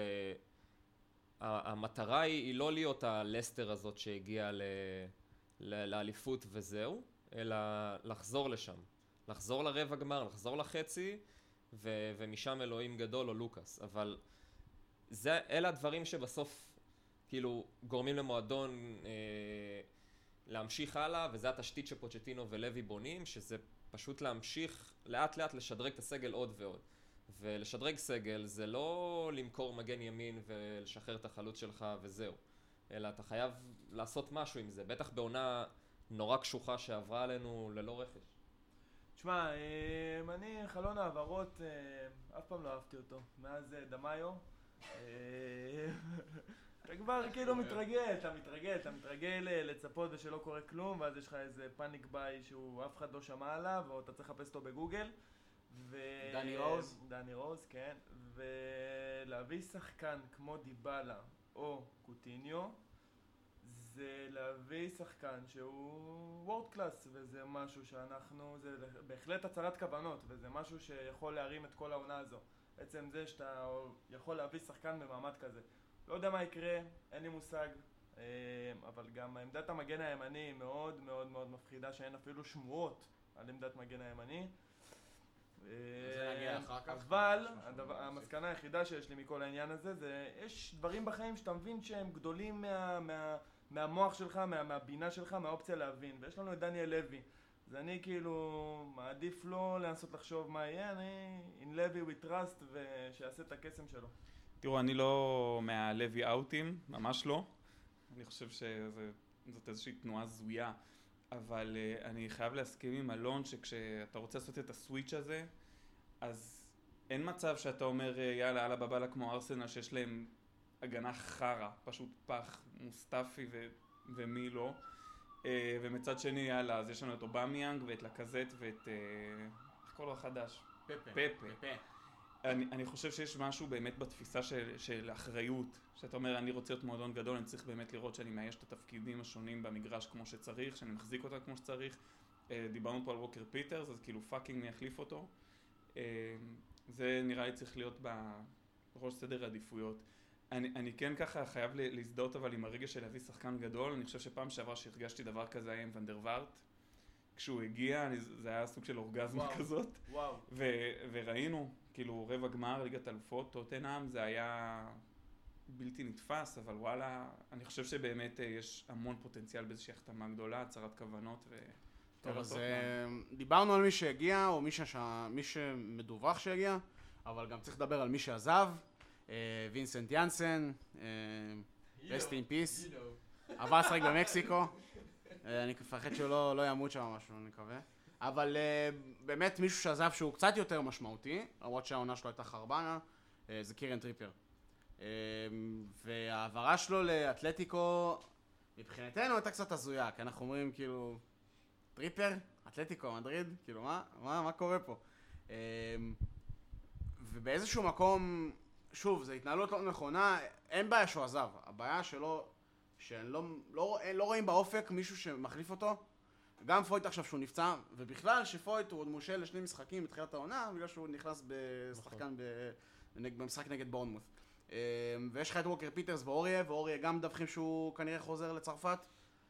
והמטרה היא, היא לא להיות הלסטר הזאת שהגיעה ל... לאליפות וזהו, אלא לחזור לשם. לחזור לרבע גמר, לחזור לחצי, ו- ומשם אלוהים גדול או לוקאס. אבל זה, אלה הדברים שבסוף, כאילו, גורמים למועדון אה, להמשיך הלאה, וזה התשתית שפוצ'טינו ולוי בונים, שזה פשוט להמשיך לאט לאט לשדרג את הסגל עוד ועוד. ולשדרג סגל זה לא למכור מגן ימין ולשחרר את החלוץ שלך וזהו. אלא אתה חייב לעשות משהו עם זה, בטח בעונה נורא קשוחה שעברה עלינו ללא רכש. תשמע, אני חלון העברות, אף פעם לא אהבתי אותו, מאז דמאיו. אתה כבר כאילו מתרגל, אתה מתרגל, אתה מתרגל לצפות ושלא קורה כלום, ואז יש לך איזה פאניק ביי שהוא אף אחד לא שמע עליו, או אתה צריך לחפש אותו בגוגל. דני רוז? דני רוז, כן. ולהביא שחקן כמו דיבלה או קוטיניו, זה להביא שחקן שהוא וורד קלאס, וזה משהו שאנחנו, זה בהחלט הצהרת כוונות, וזה משהו שיכול להרים את כל העונה הזו. בעצם זה שאתה יכול להביא שחקן במעמד כזה. לא יודע מה יקרה, אין לי מושג, אבל גם עמדת המגן הימני היא מאוד מאוד מאוד מפחידה, שאין אפילו שמועות על עמדת מגן הימני. זה נגיע אחר כך. אבל המסקנה היחידה שיש לי מכל העניין הזה, זה יש דברים בחיים שאתה מבין שהם גדולים מה, מה, מהמוח שלך, מה, מהבינה שלך, מהאופציה להבין. ויש לנו את דניאל לוי. אז אני כאילו מעדיף לא לנסות לחשוב מה יהיה, אני in לוי we trust ושיעשה את הקסם שלו. תראו, אני לא מהלוי אאוטים, ממש לא. אני חושב שזאת איזושהי תנועה זויה. אבל uh, אני חייב להסכים עם אלון שכשאתה רוצה לעשות את הסוויץ' הזה, אז אין מצב שאתה אומר יאללה, אללה בבאללה כמו ארסנל שיש להם הגנה חרה, פשוט פח, מוסטפי ו- ומי לא. Uh, ומצד שני יאללה, אז יש לנו את אובמיאנג ואת לקזט ואת... Uh, איך קוראים לו החדש? פפה. פפה. פפה. אני, אני חושב שיש משהו באמת בתפיסה של, של אחריות, שאתה אומר אני רוצה להיות מועדון גדול, אני צריך באמת לראות שאני מאייש את התפקידים השונים במגרש כמו שצריך, שאני מחזיק אותה כמו שצריך. דיברנו פה על ווקר פיטרס, אז כאילו פאקינג מי יחליף אותו. זה נראה לי צריך להיות בראש סדר העדיפויות. אני, אני כן ככה חייב להזדהות אבל עם הרגע של להביא שחקן גדול. אני חושב שפעם שעברה שהרגשתי דבר כזה היה עם ונדרווארט. כשהוא הגיע, אני, זה היה סוג של אורגזמה וואו, כזאת. וואו. ו- וראינו, כאילו רבע גמר, ליגת אלופות, טוטנהאם, זה היה בלתי נתפס, אבל וואלה, אני חושב שבאמת יש המון פוטנציאל באיזושהי החתמה גדולה, הצהרת כוונות ו... טוב, אז דיברנו על מי שהגיע, או מי, שש... מי שמדווח שהגיע, אבל גם צריך לדבר על מי שעזב, וינסנט יאנסן, rest in peace, עבר לשחק במקסיקו. אני מפחד שהוא לא, לא ימות שם משהו, אני מקווה. אבל uh, באמת מישהו שעזב שהוא קצת יותר משמעותי, למרות שהעונה שלו הייתה חרבנה, uh, זה קירן טריפר. Uh, והעברה שלו לאתלטיקו, מבחינתנו הייתה קצת הזויה, כי אנחנו אומרים כאילו, טריפר, אתלטיקו, מדריד, כאילו מה, מה, מה קורה פה? Uh, ובאיזשהו מקום, שוב, זו התנהלות לא נכונה, אין בעיה שהוא עזב, הבעיה שלו, שלא לא, לא רואים באופק מישהו שמחליף אותו. גם פויט עכשיו שהוא נפצע, ובכלל שפויט הוא עוד מושל לשני משחקים בתחילת העונה, בגלל שהוא נכנס בשחקן במשחק נגד בורנמות'. ויש לך את ווקר פיטרס ואוריה, ואוריה גם מדווחים שהוא כנראה חוזר לצרפת.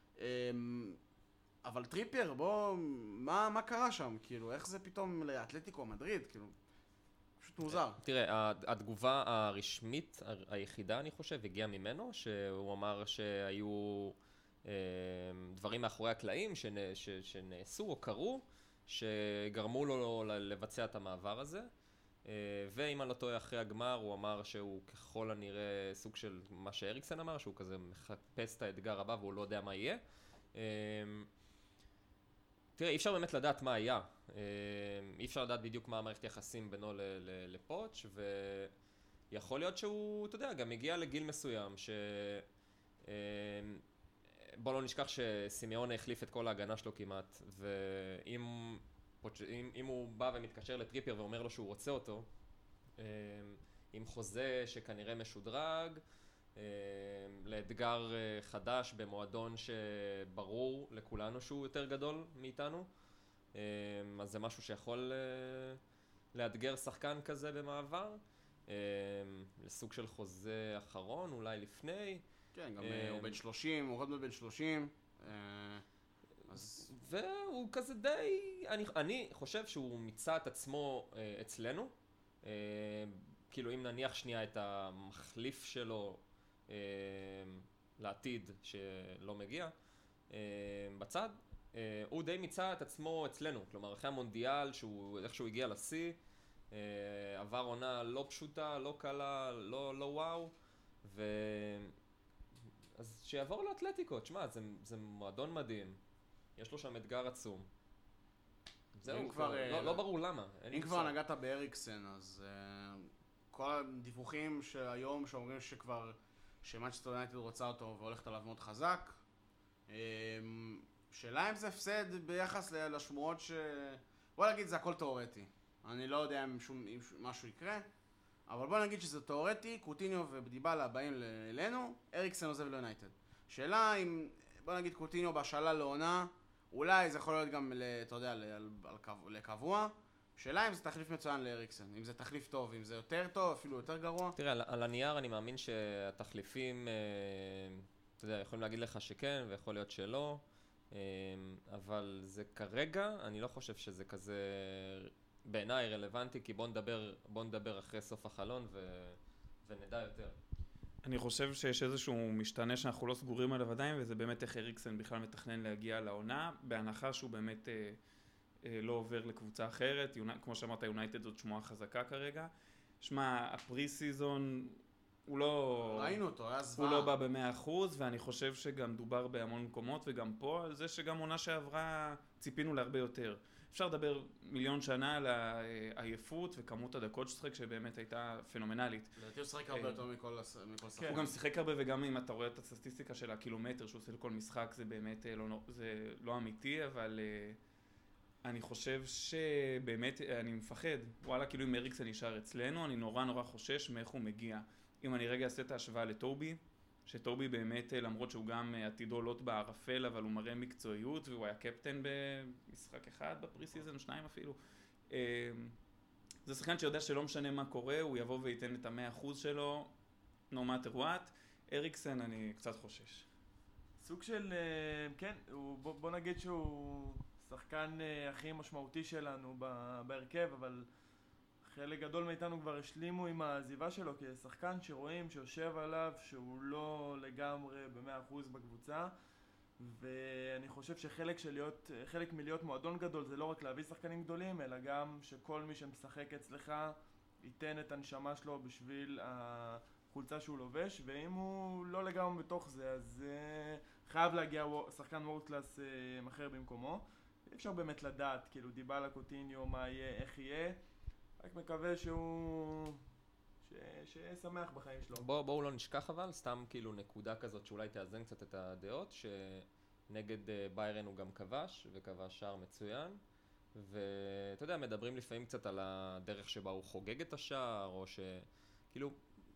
אבל טריפר, בוא, מה, מה קרה שם? כאילו, איך זה פתאום לאתלטיקו מדריד? כאילו, פשוט מוזר. תראה, התגובה הרשמית היחידה, אני חושב, הגיעה ממנו, שהוא אמר שהיו דברים מאחורי הקלעים שנעשו או קרו, שגרמו לו לבצע את המעבר הזה. ואם אני לא טועה, אחרי הגמר הוא אמר שהוא ככל הנראה סוג של מה שאריקסן אמר, שהוא כזה מחפש את האתגר הבא והוא לא יודע מה יהיה. תראה, אי אפשר באמת לדעת מה היה. אי אפשר לדעת בדיוק מה המערכת יחסים בינו לפוץ', ויכול להיות שהוא, אתה יודע, גם הגיע לגיל מסוים, בוא לא נשכח שסימיון החליף את כל ההגנה שלו כמעט, ואם אם, אם הוא בא ומתקשר לטריפר ואומר לו שהוא רוצה אותו, עם חוזה שכנראה משודרג, לאתגר חדש במועדון שברור לכולנו שהוא יותר גדול מאיתנו, אז זה משהו שיכול לאתגר שחקן כזה במעבר, לסוג של חוזה אחרון, אולי לפני. כן, גם הוא בן שלושים, הוא עוד בן שלושים. והוא כזה די, אני, אני חושב שהוא מיצה את עצמו אצלנו, כאילו אם נניח שנייה את המחליף שלו לעתיד שלא מגיע בצד, הוא די מיצה את עצמו אצלנו, כלומר אחרי המונדיאל שהוא איכשהו הגיע לשיא, עבר עונה לא פשוטה, לא קלה, לא, לא וואו, ו... אז שיעבור לאתלטיקו, תשמע, זה, זה מועדון מדהים, יש לו שם אתגר עצום. זהו, כבר, כבר, לא, לא ברור למה. אם כבר נגעת באריקסן, אז uh, כל הדיווחים שהיום שאומרים שכבר, שמנצ'סטר יונייטד רוצה אותו והולכת עליו מאוד חזק, um, שאלה אם זה הפסד ביחס לשמועות ש... בוא נגיד, זה הכל תיאורטי. אני לא יודע אם, שום, אם משהו יקרה, אבל בוא נגיד שזה תיאורטי, קוטיניו ובדיבלה באים אלינו, אריקסן עוזב ליונייטד. שאלה אם, בוא נגיד, קוטיניו בהשאלה לעונה, אולי זה יכול להיות גם, אתה יודע, לקבוע. שאלה אם זה תחליף מצוין לאריקסן, אם זה תחליף טוב, אם זה יותר טוב, אפילו יותר גרוע. תראה, על, על הנייר אני מאמין שהתחליפים, אתה יודע, יכולים להגיד לך שכן, ויכול להיות שלא, אבל זה כרגע, אני לא חושב שזה כזה... בעיניי רלוונטי, כי בוא נדבר, בוא נדבר אחרי סוף החלון ו... ונדע יותר. אני חושב שיש איזשהו משתנה שאנחנו לא סגורים עליו עדיין, וזה באמת איך אריקסן בכלל מתכנן להגיע לעונה, בהנחה שהוא באמת אה, אה, לא עובר לקבוצה אחרת. יוני... כמו שאמרת, יונייטד זאת שמועה חזקה כרגע. שמע, הפרי סיזון הוא לא... ראינו אותו, היה זוועה. הוא לא בא ב-מאה אחוז, ואני חושב שגם דובר בהמון מקומות, וגם פה על זה שגם עונה שעברה ציפינו להרבה יותר. אפשר לדבר מיליון שנה על העייפות וכמות הדקות ששחק שבאמת הייתה פנומנלית. לדעתי הוא שחק הרבה יותר מכל שחק. הוא גם שיחק הרבה, וגם אם אתה רואה את הסטטיסטיקה של הקילומטר שהוא עושה לכל משחק, זה באמת לא אמיתי, אבל אני חושב שבאמת אני מפחד. וואלה, כאילו אם אריקסן נשאר אצלנו, אני נורא נורא חושש מאיך הוא מגיע. אם אני רגע אעשה את ההשוואה לטובי, שטובי באמת, למרות שהוא גם עתידו לוט בערפל, אבל הוא מראה מקצועיות, והוא היה קפטן במשחק אחד, בפרי-סיזן, שניים אפילו. זה שחקן שיודע שלא משנה מה קורה, הוא יבוא וייתן את המאה אחוז שלו, no matter what. אריקסן, אני קצת חושש. סוג של, כן, בוא נגיד שהוא שחקן הכי משמעותי שלנו בהרכב, אבל... חלק גדול מאיתנו כבר השלימו עם העזיבה שלו כשחקן שרואים שיושב עליו שהוא לא לגמרי ב-מאה אחוז בקבוצה, ואני חושב שחלק של להיות, חלק מלהיות מועדון גדול זה לא רק להביא שחקנים גדולים, אלא גם שכל מי שמשחק אצלך ייתן את הנשמה שלו בשביל החולצה שהוא לובש, ואם הוא לא לגמרי בתוך זה, אז חייב להגיע שחקן וורד קלאס אחר במקומו. אי אפשר באמת לדעת, כאילו דיבלה, קוטיניו, מה יהיה, איך יהיה. רק מקווה שהוא... ש... שיהיה שמח בחיים שלו. בואו בוא לא נשכח אבל, סתם כאילו נקודה כזאת שאולי תאזן קצת את הדעות, שנגד ביירן הוא גם כבש, וכבש שער מצוין, ואתה יודע, מדברים לפעמים קצת על הדרך שבה הוא חוגג את השער, או שכאילו,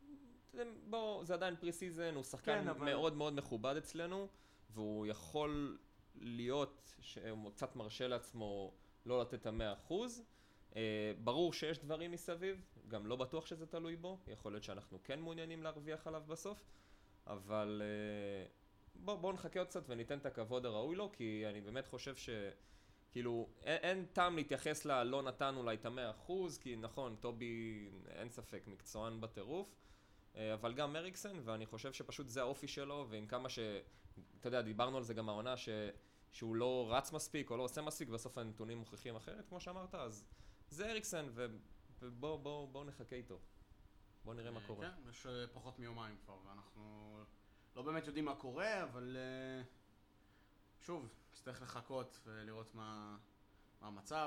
בואו, זה עדיין פרי סיזן, הוא שחקן כן, אבל... מאוד מאוד מכובד אצלנו, והוא יכול להיות, שהוא קצת מרשה לעצמו לא לתת את המאה אחוז, Uh, ברור שיש דברים מסביב, גם לא בטוח שזה תלוי בו, יכול להיות שאנחנו כן מעוניינים להרוויח עליו בסוף, אבל uh, בואו בוא נחכה עוד קצת וניתן את הכבוד הראוי לו, כי אני באמת חושב שכאילו אין, אין טעם להתייחס לה, לא נתנו לה את המאה אחוז, כי נכון, טובי אין ספק מקצוען בטירוף, uh, אבל גם אריקסן, ואני חושב שפשוט זה האופי שלו, ועם כמה ש... אתה יודע, דיברנו על זה גם העונה, ש... שהוא לא רץ מספיק או לא עושה מספיק, בסוף הנתונים מוכיחים אחרת, כמו שאמרת, אז... זה אריקסן, ובואו בוא, בוא נחכה איתו. בואו נראה מה קורה. כן, יש פחות מיומיים כבר, ואנחנו לא באמת יודעים מה קורה, אבל שוב, נצטרך לחכות ולראות מה המצב.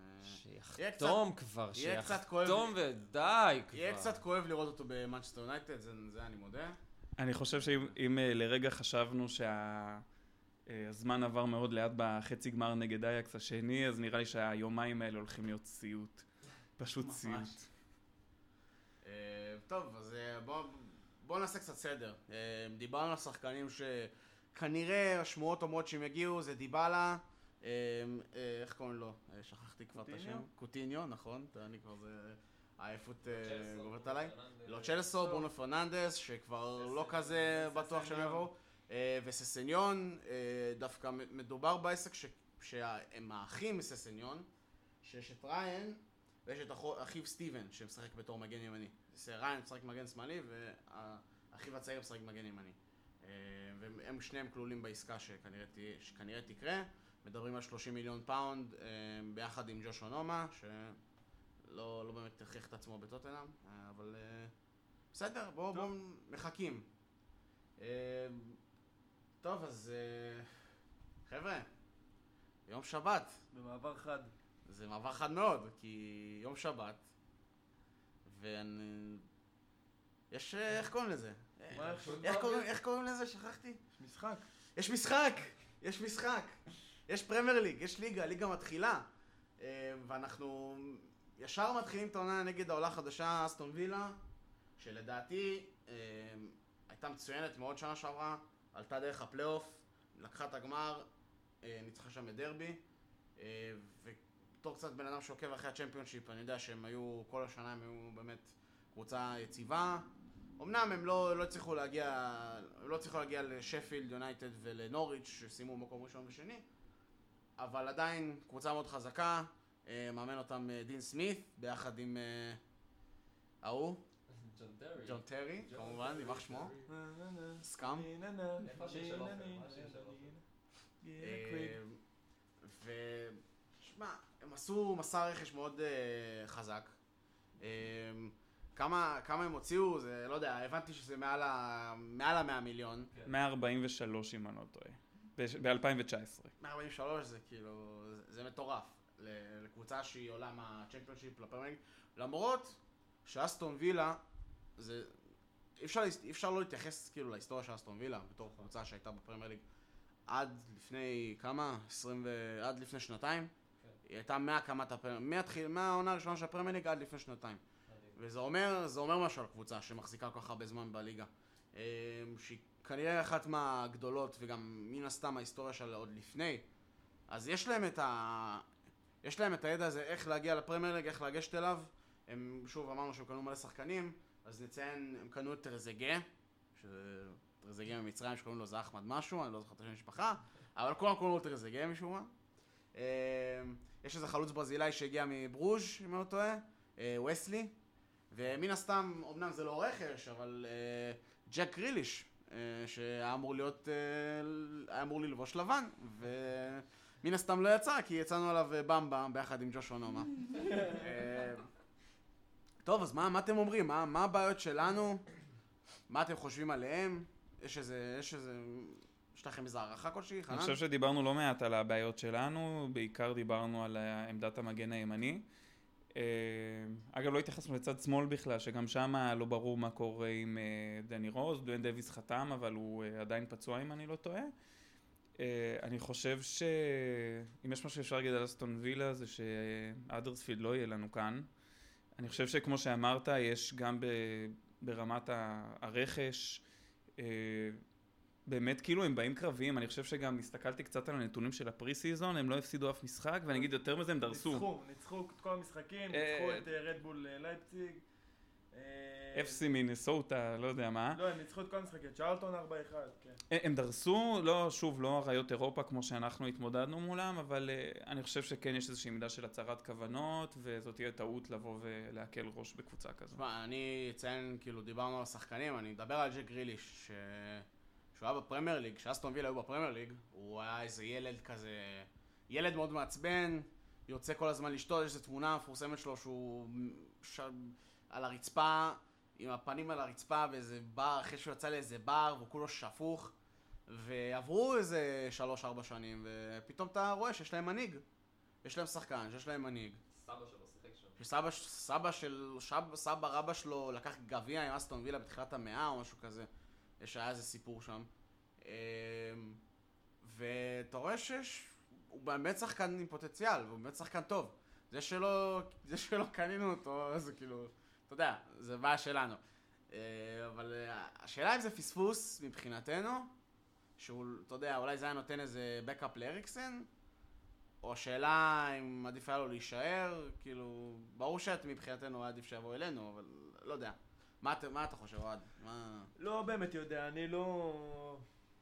שיחתום כבר, שיחתום ודי כבר. יהיה קצת כואב לראות אותו במנצ'סטר יונייטד, זה אני מודה. אני חושב שאם לרגע חשבנו שה... הזמן עבר מאוד לאט בחצי גמר נגד אייקס השני, אז נראה לי שהיומיים האלה הולכים להיות סיוט. פשוט סיוט. טוב, אז בואו נעשה קצת סדר. דיברנו על שחקנים שכנראה השמועות אומרות שהם יגיעו, זה דיבאלה, איך קוראים לו? שכחתי כבר את השם. קוטיניו, נכון, אני כבר זה... העייפות גוברת עליי. לא צ'לסו, ברונו פרננדס, שכבר לא כזה בטוח שהם יבואו. וססניון, דווקא מדובר בעסק שהם האחים מססניון, שיש את ריין ויש את אחיו סטיבן שמשחק בתור מגן ימני. ריין משחק מגן שמאלי והאחיו הצעיר משחק מגן ימני. והם שניהם כלולים בעסקה שכנראה תקרה. מדברים על שלושים מיליון פאונד ביחד עם ג'וש אונומה, שלא לא באמת תכריח את עצמו בטוטנהאם, אבל בסדר, בואו בוא מחכים. טוב, אז חבר'ה, יום שבת. במעבר חד. זה מעבר חד מאוד, כי יום שבת, ואני... יש... איך קוראים לזה? איך קוראים לזה? שכחתי? יש משחק. יש משחק! יש משחק! יש פרמייר ליג, יש ליגה, ליגה מתחילה. ואנחנו ישר מתחילים את העונה נגד העולה החדשה, אסטון וילה, שלדעתי הייתה מצוינת מאוד שנה שעברה, עלתה דרך הפלייאוף, לקחה את הגמר, ניצחה שם את דרבי, ובתור קצת בן אדם שעוקב אחרי הצ'מפיונשיפ, אני יודע שהם היו, כל השנה הם היו באמת קבוצה יציבה. אמנם הם לא, לא הצליחו להגיע, הם לא הצליחו להגיע לשפילד יונייטד ולנוריץ' שסיימו במקום ראשון ושני, אבל עדיין קבוצה מאוד חזקה, מאמן אותם דין סמית, ביחד עם ההוא. ג'ון טרי. ג'ון טרי, כמובן, יימח שמו. סקאם. איפה השיר שלו? מה השיר שלו? ושמע, הם עשו מסע רכש מאוד חזק. כמה כמה הם הוציאו, זה לא יודע, הבנתי שזה מעל ה-מאה מיליון. מאה ארבעים ושלוש אם אני לא טועה. ב-אלפיים תשע עשרה. מאה ארבעים ושלוש זה כאילו, זה מטורף. לקבוצה שהיא עולה מהצ'מפיונשיפ לפרמייר ליג. למרות שאסטון וילה, זה... אי אפשר, אי אפשר לא להתייחס כאילו להיסטוריה של אסטון וילה, בתור קבוצה שהייתה בפרמייר ליג עד לפני כמה? עשרים ו... עד לפני שנתיים. היא הייתה מהקמת הפרמייר ליג, מהתחיל, מהעונה הראשונה של הפרמייר ליג עד לפני שנתיים. וזה אומר, זה אומר משהו על קבוצה שמחזיקה כל כך הרבה זמן בליגה. שהיא כנראה אחת מהגדולות וגם מן הסתם ההיסטוריה שלה עוד לפני. אז יש להם את ה... יש להם את הידע הזה איך להגיע לפרמייר ליג, איך לגשת אליו. הם, שוב, אמרנו שהם קנו מלא שחקנים, אז נציין, הם קנו את טרזגה, שטרזגה ממצרים שקוראים לו זה אחמד משהו, אני לא זוכר את השם המשפחה, אבל כולם קוראים לו טרזגה משום מה. יש איזה חלוץ ברזילאי שהגיע מברוז' אם אני לא טועה, וסלי, ומן הסתם, אמנם זה לא רכש, אבל ג'ק גריליש, שהיה אמור להיות, היה אמור ללבוש לבן, ו... מן הסתם לא יצא, כי יצאנו עליו במבה ביחד עם ג'וש אונומה. טוב, אז מה, מה אתם אומרים? מה, מה הבעיות שלנו? מה אתם חושבים עליהם? יש איזה, יש איזה, יש לכם איזה הערכה כלשהי, חנן? אני חושב שדיברנו לא מעט על הבעיות שלנו, בעיקר דיברנו על עמדת המגן הימני. אגב, לא התייחסנו לצד שמאל בכלל, שגם שם לא ברור מה קורה עם דני רוז. דואן דוויס חתם, אבל הוא עדיין פצוע אם אני לא טועה. אני חושב שאם יש משהו שאפשר להגיד על אסטון וילה זה שאדרספילד לא יהיה לנו כאן. אני חושב שכמו שאמרת, יש גם ברמת הרכש, באמת כאילו הם באים קרביים. אני חושב שגם הסתכלתי קצת על הנתונים של הפרי סיזון, הם לא הפסידו אף משחק, ואני אגיד יותר מזה, הם דרסו. ניצחו, ניצחו את כל המשחקים, ניצחו את רדבול לייפציג. אף סי מינסוטה, לא יודע מה. לא, הם ניצחו את כל המשחקים, צ'ארלטון ארבע אחד, כן. הם דרסו, לא, שוב, לא אריות אירופה כמו שאנחנו התמודדנו מולם, אבל אני חושב שכן יש איזושהי מידה של הצהרת כוונות, וזאת תהיה טעות לבוא ולהקל ראש בקבוצה כזו. תשמע, אני אציין, כאילו, דיברנו על השחקנים, אני מדבר על ג'ק גריליש, שהוא היה בפרמייר ליג, כשאסטון וילה היו בפרמייר ליג, הוא היה איזה ילד כזה, ילד מאוד מעצבן, יוצא כל הזמן לשתות, יש איזו תמונה מפורסמת שלו שהוא על הרצפה, עם הפנים על הרצפה באיזה בר, אחרי שהוא יצא לאיזה בר, והוא כולו שפוך, ועברו איזה שלוש ארבע שנים, ופתאום אתה רואה שיש להם מנהיג. יש להם שחקן, שיש להם מנהיג. סבא שלו שיחק שם. שסבא, סבא של, סבא רבא שלו לקח גביע עם אסטון וילה בתחילת המאה או משהו כזה. יש היה איזה סיפור שם. ואתה רואה שיש, הוא באמת שחקן עם פוטנציאל, והוא באמת שחקן טוב. זה שלא, זה שלא קנינו אותו, זה כאילו, אתה יודע, זה בעיה שלנו. אבל השאלה אם זה פספוס מבחינתנו, שהוא, אתה יודע, אולי זה היה נותן איזה בקאפ לאריקסן, או שאלה אם עדיף היה לו להישאר, כאילו, ברור שאת מבחינתנו עדיף שיבוא אלינו, אבל לא יודע. מה, מה אתה חושב, אוהד? מה... לא באמת יודע, אני לא...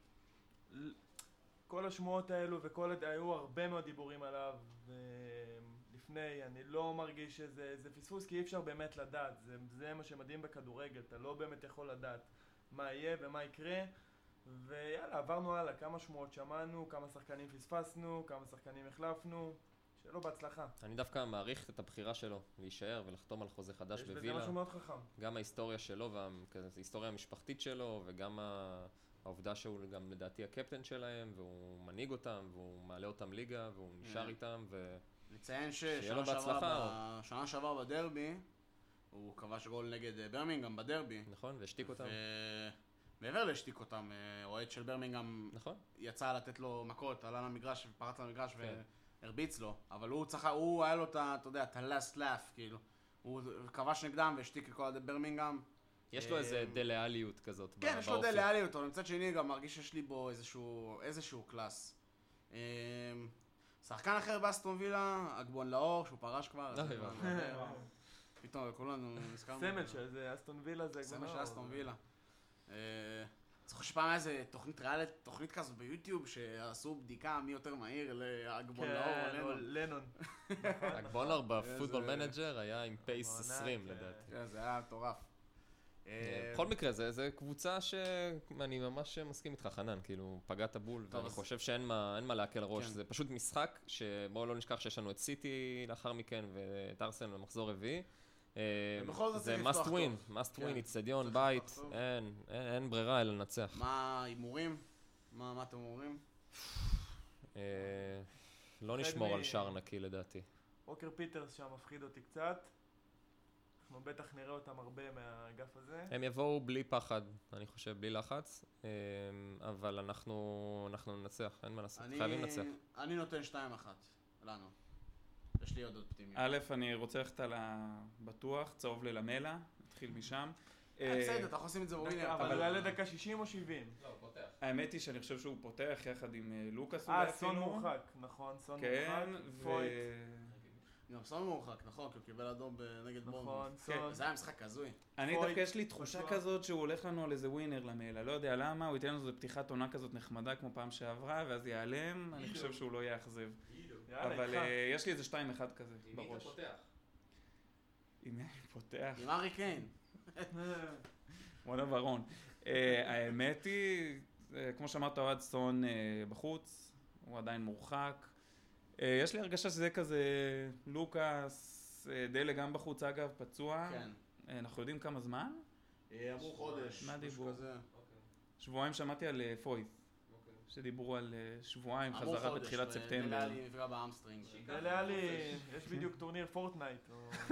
כל השמועות האלו וכל... היו הרבה מאוד דיבורים עליו לפני, אני לא מרגיש שזה זה פספוס, כי אי אפשר באמת לדעת, זה, זה מה שמדהים בכדורגל, אתה לא באמת יכול לדעת מה יהיה ומה יקרה, ויאללה, עברנו הלאה, כמה שמועות שמענו, כמה שחקנים פספסנו, כמה שחקנים החלפנו, שלא בהצלחה. אני דווקא מעריך את הבחירה שלו, להישאר ולחתום על חוזה חדש בווילה. יש בזה משהו מאוד חכם. גם ההיסטוריה שלו וההיסטוריה המשפחתית שלו, וגם העובדה שהוא גם לדעתי הקפטן שלהם, והוא מנהיג אותם, והוא מעלה אותם ליגה, והוא נשאר איתם, ו... לציין ששנה שעבר בדרבי, הוא כבש גול נגד ברמינגהאם בדרבי. נכון, והשתיק אותם. מעבר להשתיק אותם, אוהד של ברמינגהאם נכון. יצא לתת לו מכות, עלה למגרש ופרץ למגרש והרביץ לו, אבל הוא צריך, הוא היה לו את, אתה יודע, את ה-last laugh, כאילו. הוא כבש נגדם והשתיק את כל עד ברמינגהאם. יש לו איזה דלאליות כזאת באופי. כן, יש לו דלאליות, אבל מצד שני גם מרגיש שיש לי בו איזשהו קלאס. שחקן אחר באסטון וילה, אגבון לאור, שהוא פרש כבר. פתאום, כולנו נזכרנו. סמל של זה, אסטון וילה זה אגבון לאור. סמל של אסטון וילה. אני חושב שפעם היה איזה תוכנית ריאלית, תוכנית כזו ביוטיוב, שעשו בדיקה מי יותר מהיר לאגבון לאור או לנון. אגבון לאור בפוטבול מנג'ר היה עם פייס עשרים לדעתי. כן, זה היה מטורף. בכל מקרה, זו קבוצה שאני ממש מסכים איתך, חנן, כאילו, פגעת בול, ואני חושב שאין מה להקל ראש, זה פשוט משחק שבואו לא נשכח שיש לנו את סיטי לאחר מכן, ואת ארסנל במחזור רביעי. זה must win, must win, איצטדיון, בית, אין ברירה אלא לנצח. מה הימורים? מה אתם אומרים? לא נשמור על שער נקי לדעתי. ווקר פיטרס שם מפחיד אותי קצת. אנחנו בטח נראה אותם הרבה מהאגף הזה. הם יבואו בלי פחד, אני חושב, בלי לחץ, אבל אנחנו ננצח, אין מה לעשות, חייבים לנצח. אני נותן שתיים אחת, לנו. יש לי עוד אופטימיות. א', אני רוצה ללכת על הבטוח, צהוב ללמלה, נתחיל משם. בסדר, אתה יכול לשים את זה בווינר. אבל הוא יעלה דקה שישים או שבעים? לא, הוא פותח. האמת היא שאני חושב שהוא פותח יחד עם לוקאס. אה, סון מורחק, נכון, סון מורחק. כן, פויט. גם סון מורחק, נכון, כי הוא קיבל אדום נגד בורנמוט. נכון, סון. זה היה משחק הזוי. אני דווקא יש לי תחושה כזאת שהוא הולך לנו על איזה ווינר למלה, לא יודע למה, הוא ייתן לנו איזה פתיחת עונה כזאת נחמדה כמו פעם שעברה, ואז ייעלם, אני חושב שהוא לא יאכזב. אבל יש לי איזה שתיים אחד כזה בראש. עם מי אתה פותח? עם מי אני פותח? עם ארי קיין. מונה ברון. האמת היא, כמו שאמרת, אוהד סון בחוץ, הוא עדיין מורחק. יש לי הרגשה שזה כזה לוקאס, דלה גם בחוץ אגב, פצוע. כן. אנחנו יודעים כמה זמן? אמרו חודש. מה דיבור? שבועיים שמעתי על פויט. שדיברו על שבועיים, חזרה בתחילת ספטמבר. דלה לי נפגע באמסטרינג. דלה לי, יש בדיוק טורניר פורטנייט.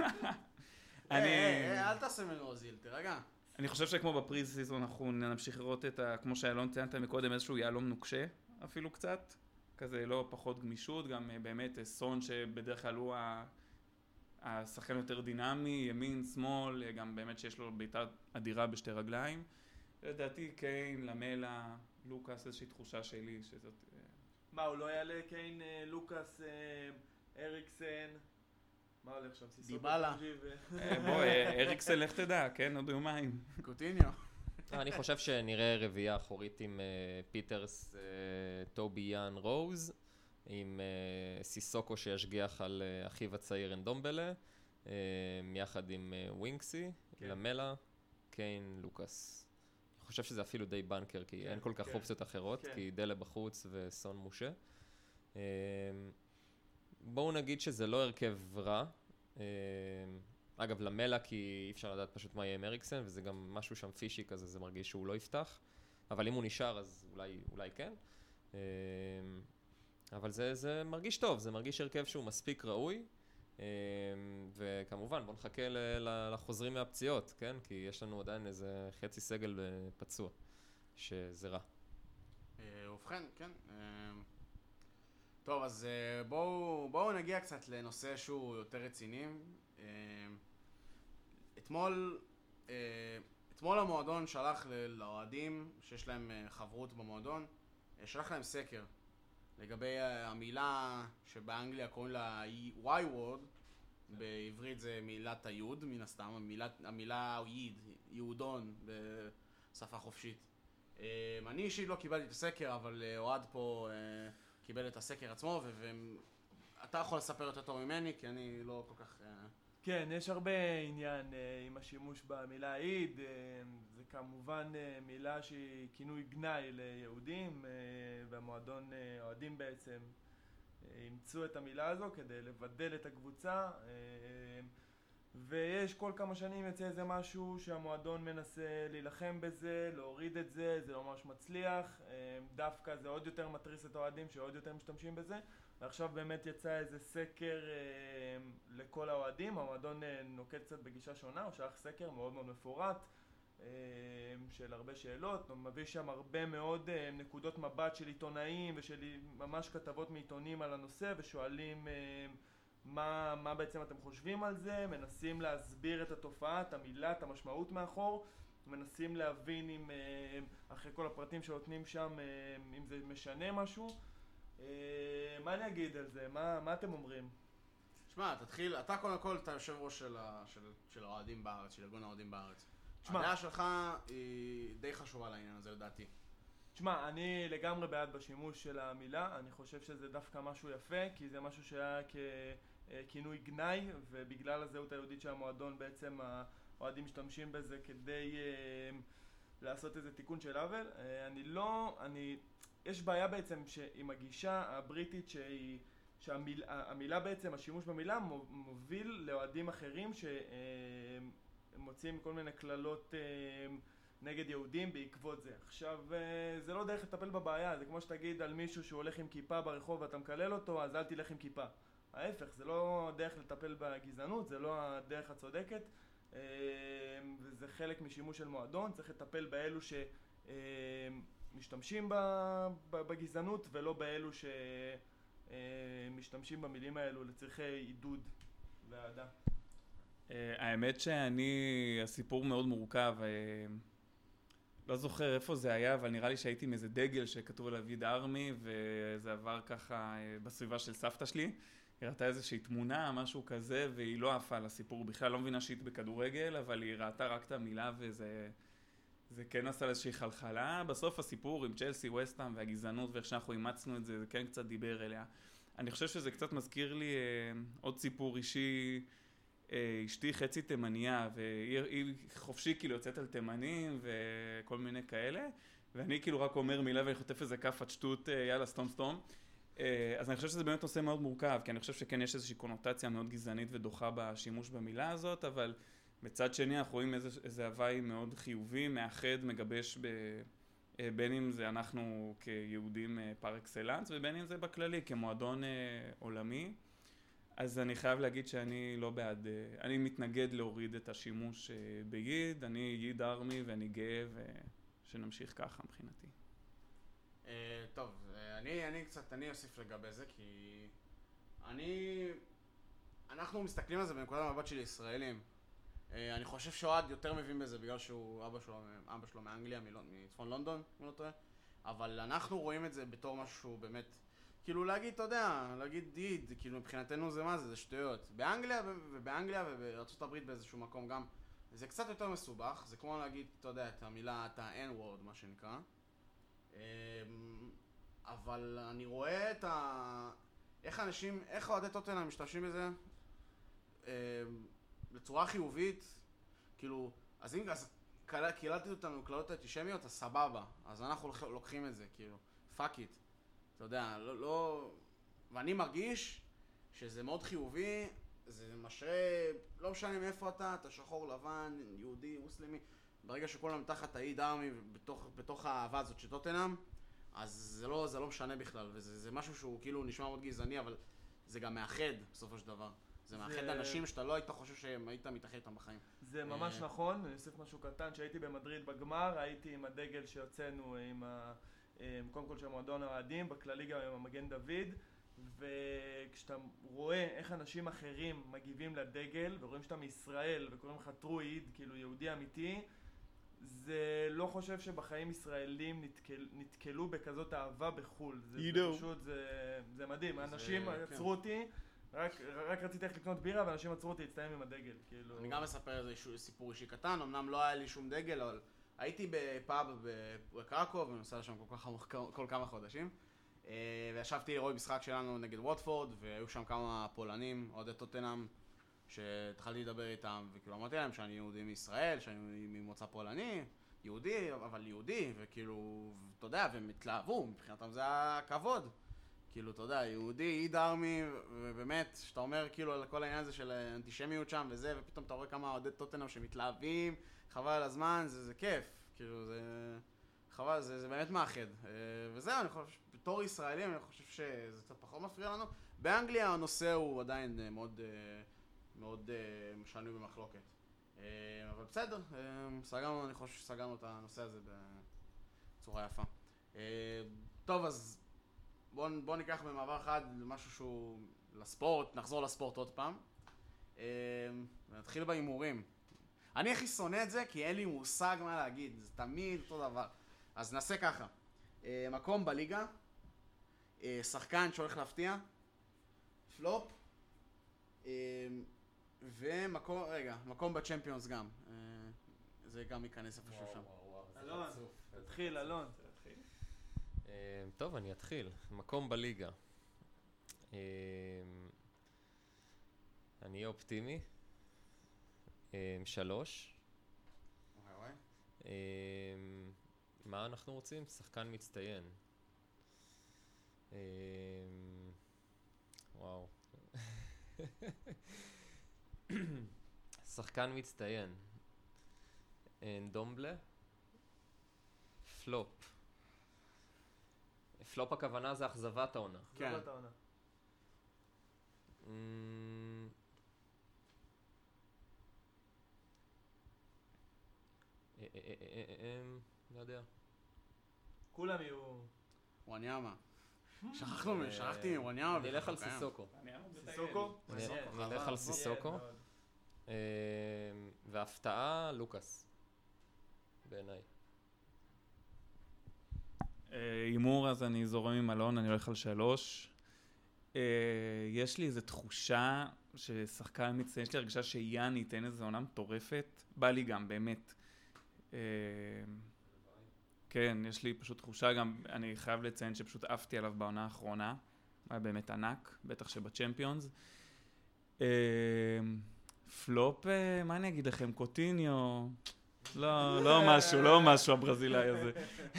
אל תעשה ממנו אוזיל, תרגע. אני חושב שכמו בפרי סיזון אנחנו נמשיך לראות את ה... כמו שאלון ציינת מקודם, איזשהו יהלום נוקשה אפילו קצת. כזה לא פחות גמישות, גם באמת סון שבדרך כלל הוא השחקן יותר דינמי, ימין, שמאל, גם באמת שיש לו בעיטה אדירה בשתי רגליים. לדעתי קיין, למלה, לוקאס, איזושהי תחושה שלי שזאת... מה, הוא לא יעלה קיין, לוקאס, אריקסן? מה הולך שם? דיבלה. בוא, אריקסן, לך תדע, כן? עוד יומיים. קוטיניו. אני חושב שנראה רביעייה אחורית עם פיטרס, טובי יאן רוז, עם סיסוקו שישגיח על אחיו הצעיר אנדומבלה, יחד עם ווינקסי, למלה, קיין, לוקאס. אני חושב שזה אפילו די בנקר, כי אין כל כך אופציות אחרות, כי דלה בחוץ וסון מושה. בואו נגיד שזה לא הרכב רע. אגב, למלה, כי אי אפשר לדעת פשוט מה יהיה עם אריקסן, וזה גם משהו שם פישי כזה, זה מרגיש שהוא לא יפתח. אבל אם הוא נשאר, אז אולי, אולי כן. אבל זה, זה מרגיש טוב, זה מרגיש הרכב שהוא מספיק ראוי. וכמובן, בואו נחכה לחוזרים מהפציעות, כן? כי יש לנו עדיין איזה חצי סגל פצוע, שזה רע. ובכן, כן. טוב, אז בואו, בואו נגיע קצת לנושא שהוא יותר רציני. אתמול, אתמול המועדון שלח לאוהדים שיש להם חברות במועדון, שלח להם סקר לגבי המילה שבאנגליה קוראים לה Y-word, בעברית זה מילת היוד, מן הסתם, המילה, המילה ייד, יהודון בשפה חופשית. אני אישית לא קיבלתי את הסקר, אבל אוהד פה קיבל את הסקר עצמו, ואתה יכול לספר יותר טוב ממני, כי אני לא כל כך... כן, יש הרבה עניין עם השימוש במילה ייד, זה כמובן מילה שהיא כינוי גנאי ליהודים, והמועדון אוהדים בעצם אימצו את המילה הזו כדי לבדל את הקבוצה, ויש כל כמה שנים יוצא איזה משהו שהמועדון מנסה להילחם בזה, להוריד את זה, זה לא ממש מצליח, דווקא זה עוד יותר מטריס את האוהדים שעוד יותר משתמשים בזה, ועכשיו באמת יצא איזה סקר לכל האוהדים, המועדון נוקט קצת בגישה שונה, הוא שלח סקר מאוד מאוד מפורט של הרבה שאלות, מביא שם הרבה מאוד נקודות מבט של עיתונאים ושל ממש כתבות מעיתונים על הנושא, ושואלים מה, מה בעצם אתם חושבים על זה, מנסים להסביר את התופעה, את המילה, את המשמעות מאחור, מנסים להבין אם אחרי כל הפרטים שנותנים שם, אם זה משנה משהו. מה אני אגיד על זה? מה, מה אתם אומרים? שמע, תתחיל, אתה קודם כל, אתה יושב ראש של, של, של האוהדים בארץ, של ארגון האוהדים בארץ. הדעה שלך היא די חשובה לעניין הזה לדעתי. תשמע, אני לגמרי בעד בשימוש של המילה, אני חושב שזה דווקא משהו יפה, כי זה משהו שהיה ככינוי גנאי, ובגלל הזהות היהודית של המועדון בעצם האוהדים משתמשים בזה כדי לעשות איזה תיקון של עוול. אני לא, אני, יש בעיה בעצם עם הגישה הבריטית שהיא, שהמילה בעצם, השימוש במילה מוביל לאוהדים אחרים שמוצאים כל מיני כללות נגד יהודים בעקבות זה. עכשיו, זה לא דרך לטפל בבעיה, זה כמו שתגיד על מישהו שהוא הולך עם כיפה ברחוב ואתה מקלל אותו, אז אל תלך עם כיפה. ההפך, זה לא דרך לטפל בגזענות, זה לא הדרך הצודקת, וזה חלק משימוש של מועדון, צריך לטפל באלו שמשתמשים בגזענות ולא באלו שמשתמשים במילים האלו לצריכי עידוד ואהדה. האמת שאני, הסיפור מאוד מורכב, לא זוכר איפה זה היה, אבל נראה לי שהייתי עם איזה דגל שכתוב עליו ייד ארמי, וזה עבר ככה בסביבה של סבתא שלי. היא ראתה איזושהי תמונה, משהו כזה, והיא לא עפה על הסיפור. בכלל לא מבינה שהיא בכדורגל, אבל היא ראתה רק את המילה, וזה זה כן עשה איזושהי חלחלה. בסוף הסיפור עם צ'לסי, ווסטהאם והגזענות, ואיך שאנחנו אימצנו את זה, זה כן קצת דיבר אליה. אני חושב שזה קצת מזכיר לי אה, עוד סיפור אישי, אשתי חצי תימניה, והיא חופשי כאילו יוצאת על תימנים וכל מיני כאלה, ואני כאילו רק אומר מילה ואני חוטף איזה כפת שטות, יאללה סתום סתום. אז אני חושב שזה באמת נושא מאוד מורכב, כי אני חושב שכן יש איזושהי קונוטציה מאוד גזענית ודוחה בשימוש במילה הזאת, אבל בצד שני אנחנו רואים איזה, איזה הוואי מאוד חיובי, מאחד, מגבש ב... בין אם זה אנחנו כיהודים פר אקסלנס, ובין אם זה בכללי כמועדון עולמי. אז אני חייב להגיד שאני לא בעד, אני מתנגד להוריד את השימוש ביד, אני ייד ארמי ואני גאה ושנמשיך ככה מבחינתי. טוב, אני, אני קצת, אני אוסיף לגבי זה, כי אני, אנחנו מסתכלים על זה בנקודת המבט של ישראלים. אני חושב שאוהד יותר מבין בזה בגלל שהוא אבא שלו, אבא שלו מאנגליה, מצפון לונדון, אם לא טועה. אבל אנחנו רואים את זה בתור משהו שהוא באמת, כאילו להגיד, אתה יודע, להגיד דיד, כאילו מבחינתנו זה מה זה, זה שטויות. באנגליה ובאנגליה ובארצות הברית באיזשהו מקום גם, זה קצת יותר מסובך, זה כמו להגיד, אתה יודע, את המילה, את ה-N-word, מה שנקרא. אבל אני רואה את ה... איך אנשים, איך אוהדי טוטנהאם משתמשים בזה בצורה חיובית, כאילו, אז אם אז קיללתי אותנו קללות אנטישמיות, אז סבבה, אז אנחנו לוקחים את זה, כאילו, fuck it. אתה יודע, לא, לא... ואני מרגיש שזה מאוד חיובי, זה משרה, לא משנה מאיפה אתה, אתה שחור, לבן, יהודי, מוסלמי, ברגע שכולם תחת האיד ארמי בתוך, בתוך האהבה הזאת של טוטנהאם, אז זה לא, זה לא משנה בכלל, וזה זה משהו שהוא כאילו נשמע מאוד גזעני, אבל זה גם מאחד בסופו של דבר. זה מאחד זה... אנשים שאתה לא היית חושב שהם היית מתאחד איתם בחיים. זה ממש נכון, אני אוסיף משהו קטן, שהייתי במדריד בגמר, הייתי עם הדגל שיוצאנו עם ה... קודם כל של מועדון האוהדים, בכללי גם עם המגן דוד, וכשאתה רואה איך אנשים אחרים מגיבים לדגל, ורואים שאתה מישראל וקוראים לך טרואיד, כאילו יהודי אמיתי, זה לא חושב שבחיים ישראלים נתקל, נתקלו בכזאת אהבה בחול. זה, זה פשוט, זה, זה מדהים. זה, אנשים כן. עצרו אותי, רק, רק רציתי איך לקנות בירה, ואנשים עצרו אותי להצטיים עם הדגל. כאילו... אני גם אספר איזה סיפור אישי קטן, אמנם לא היה לי שום דגל, אבל הייתי בפאב בקרקוב, ונוסע לשם כל, כך, כל כמה חודשים, וישבתי לראות משחק שלנו נגד ווטפורד, והיו שם כמה פולנים, אוהדי טוטנהאם, שהתחלתי לדבר איתם, וכאילו אמרתי להם שאני יהודי מישראל, שאני ממוצא פולני, יהודי, אבל יהודי, וכאילו, אתה יודע, והם התלהבו, מבחינתם זה הכבוד. כאילו, אתה יודע, יהודי, עיד ארמי, ובאמת, שאתה אומר כאילו על כל העניין הזה של אנטישמיות שם וזה, ופתאום אתה רואה כמה אוהדי טוטנהאם שמתלהבים, חבל על הזמן, זה, זה כיף. כאילו, זה... חבל, זה, זה באמת מאחד. וזהו, אני חושב, בתור ישראלים, אני חושב שזה קצת פחות מפריע לנו. באנגליה הנושא הוא עדיין מאוד... מאוד uh, שנוי במחלוקת. Uh, אבל בסדר, uh, סגרנו, אני חושב שסגרנו את הנושא הזה בצורה יפה. Uh, טוב, אז בואו בוא ניקח במעבר אחד משהו שהוא לספורט, נחזור לספורט עוד פעם. Uh, ונתחיל בהימורים. אני הכי שונא את זה כי אין לי מושג מה להגיד, זה תמיד אותו דבר. אז נעשה ככה. Uh, מקום בליגה, uh, שחקן שהולך להפתיע, פלופ, uh, ומקום, רגע, מקום בצ'מפיונס גם. זה גם ייכנס איפשהו שם. אלון, תתחיל, אלון. טוב, אני אתחיל. מקום בליגה. אני אהיה אופטימי. שלוש. מה אנחנו רוצים? שחקן מצטיין. וואו. שחקן מצטיין. דומבלה. פלופ. פלופ הכוונה זה אכזבת העונה. כן. אכזבת העונה. לא יודע. כולם יהיו... וואניאמה. שכחנו, שכחתי וואניאמה. אני אלך על סיסוקו. סיסוקו? אני אלך על סיסוקו. והפתעה, לוקאס. בעיניי. הימור, אז אני זורם עם אלון, אני הולך על שלוש. יש לי איזו תחושה ששחקן מצטיין, יש לי הרגשה שיאן ייתן איזו עונה מטורפת. בא לי גם, באמת. כן, יש לי פשוט תחושה גם, אני חייב לציין שפשוט עפתי עליו בעונה האחרונה. הוא היה באמת ענק, בטח שבצ'מפיונס. פלופ, מה אני אגיד לכם? קוטיניו? לא, לא משהו, לא משהו הברזילאי הזה.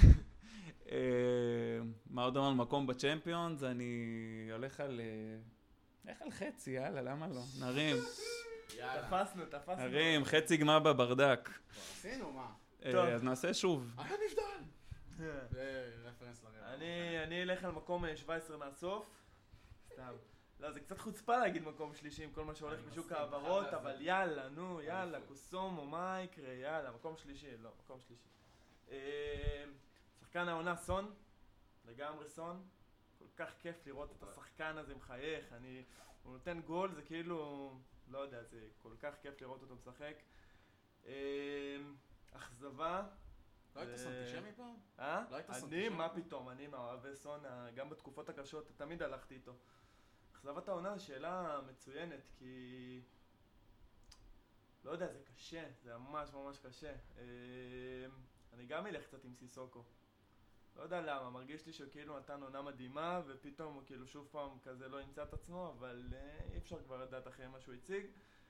מה עוד אמרנו? מקום בצ'מפיונס, אני הולך על... איך על חצי, יאללה, למה לא? נרים. תפסנו, תפסנו. נרים, חצי גמר בברדק. עשינו, מה? אז נעשה שוב. היה נבדל! זה רפרנס לרבע. אני אלך על מקום שבע עשרה מהסוף. סתם. לא, זה קצת חוצפה להגיד מקום שלישי עם כל מה שהולך בשוק העברות, אבל יאללה, נו, יאללה, קוסומו, מה יקרה, יאללה, מקום שלישי, לא, מקום שלישי. שחקן העונה סון, לגמרי סון, כל כך כיף לראות את השחקן הזה מחייך, אני, הוא נותן גול, זה כאילו, לא יודע, זה כל כך כיף לראות אותו משחק. אכזבה. לא היית אנטישמי פעם? אה? אני, מה פתאום, אני מאוהבי סון, גם בתקופות הקשות, תמיד הלכתי איתו. אכזבת העונה זו שאלה מצוינת, כי... לא יודע, זה קשה, זה ממש ממש קשה. אני גם אלך קצת עם סיסוקו. לא יודע למה, מרגיש לי שהוא כאילו נתן עונה מדהימה, ופתאום הוא כאילו שוב פעם כזה לא ימצא את עצמו, אבל אי אפשר כבר לדעת אחרי מה שהוא הציג.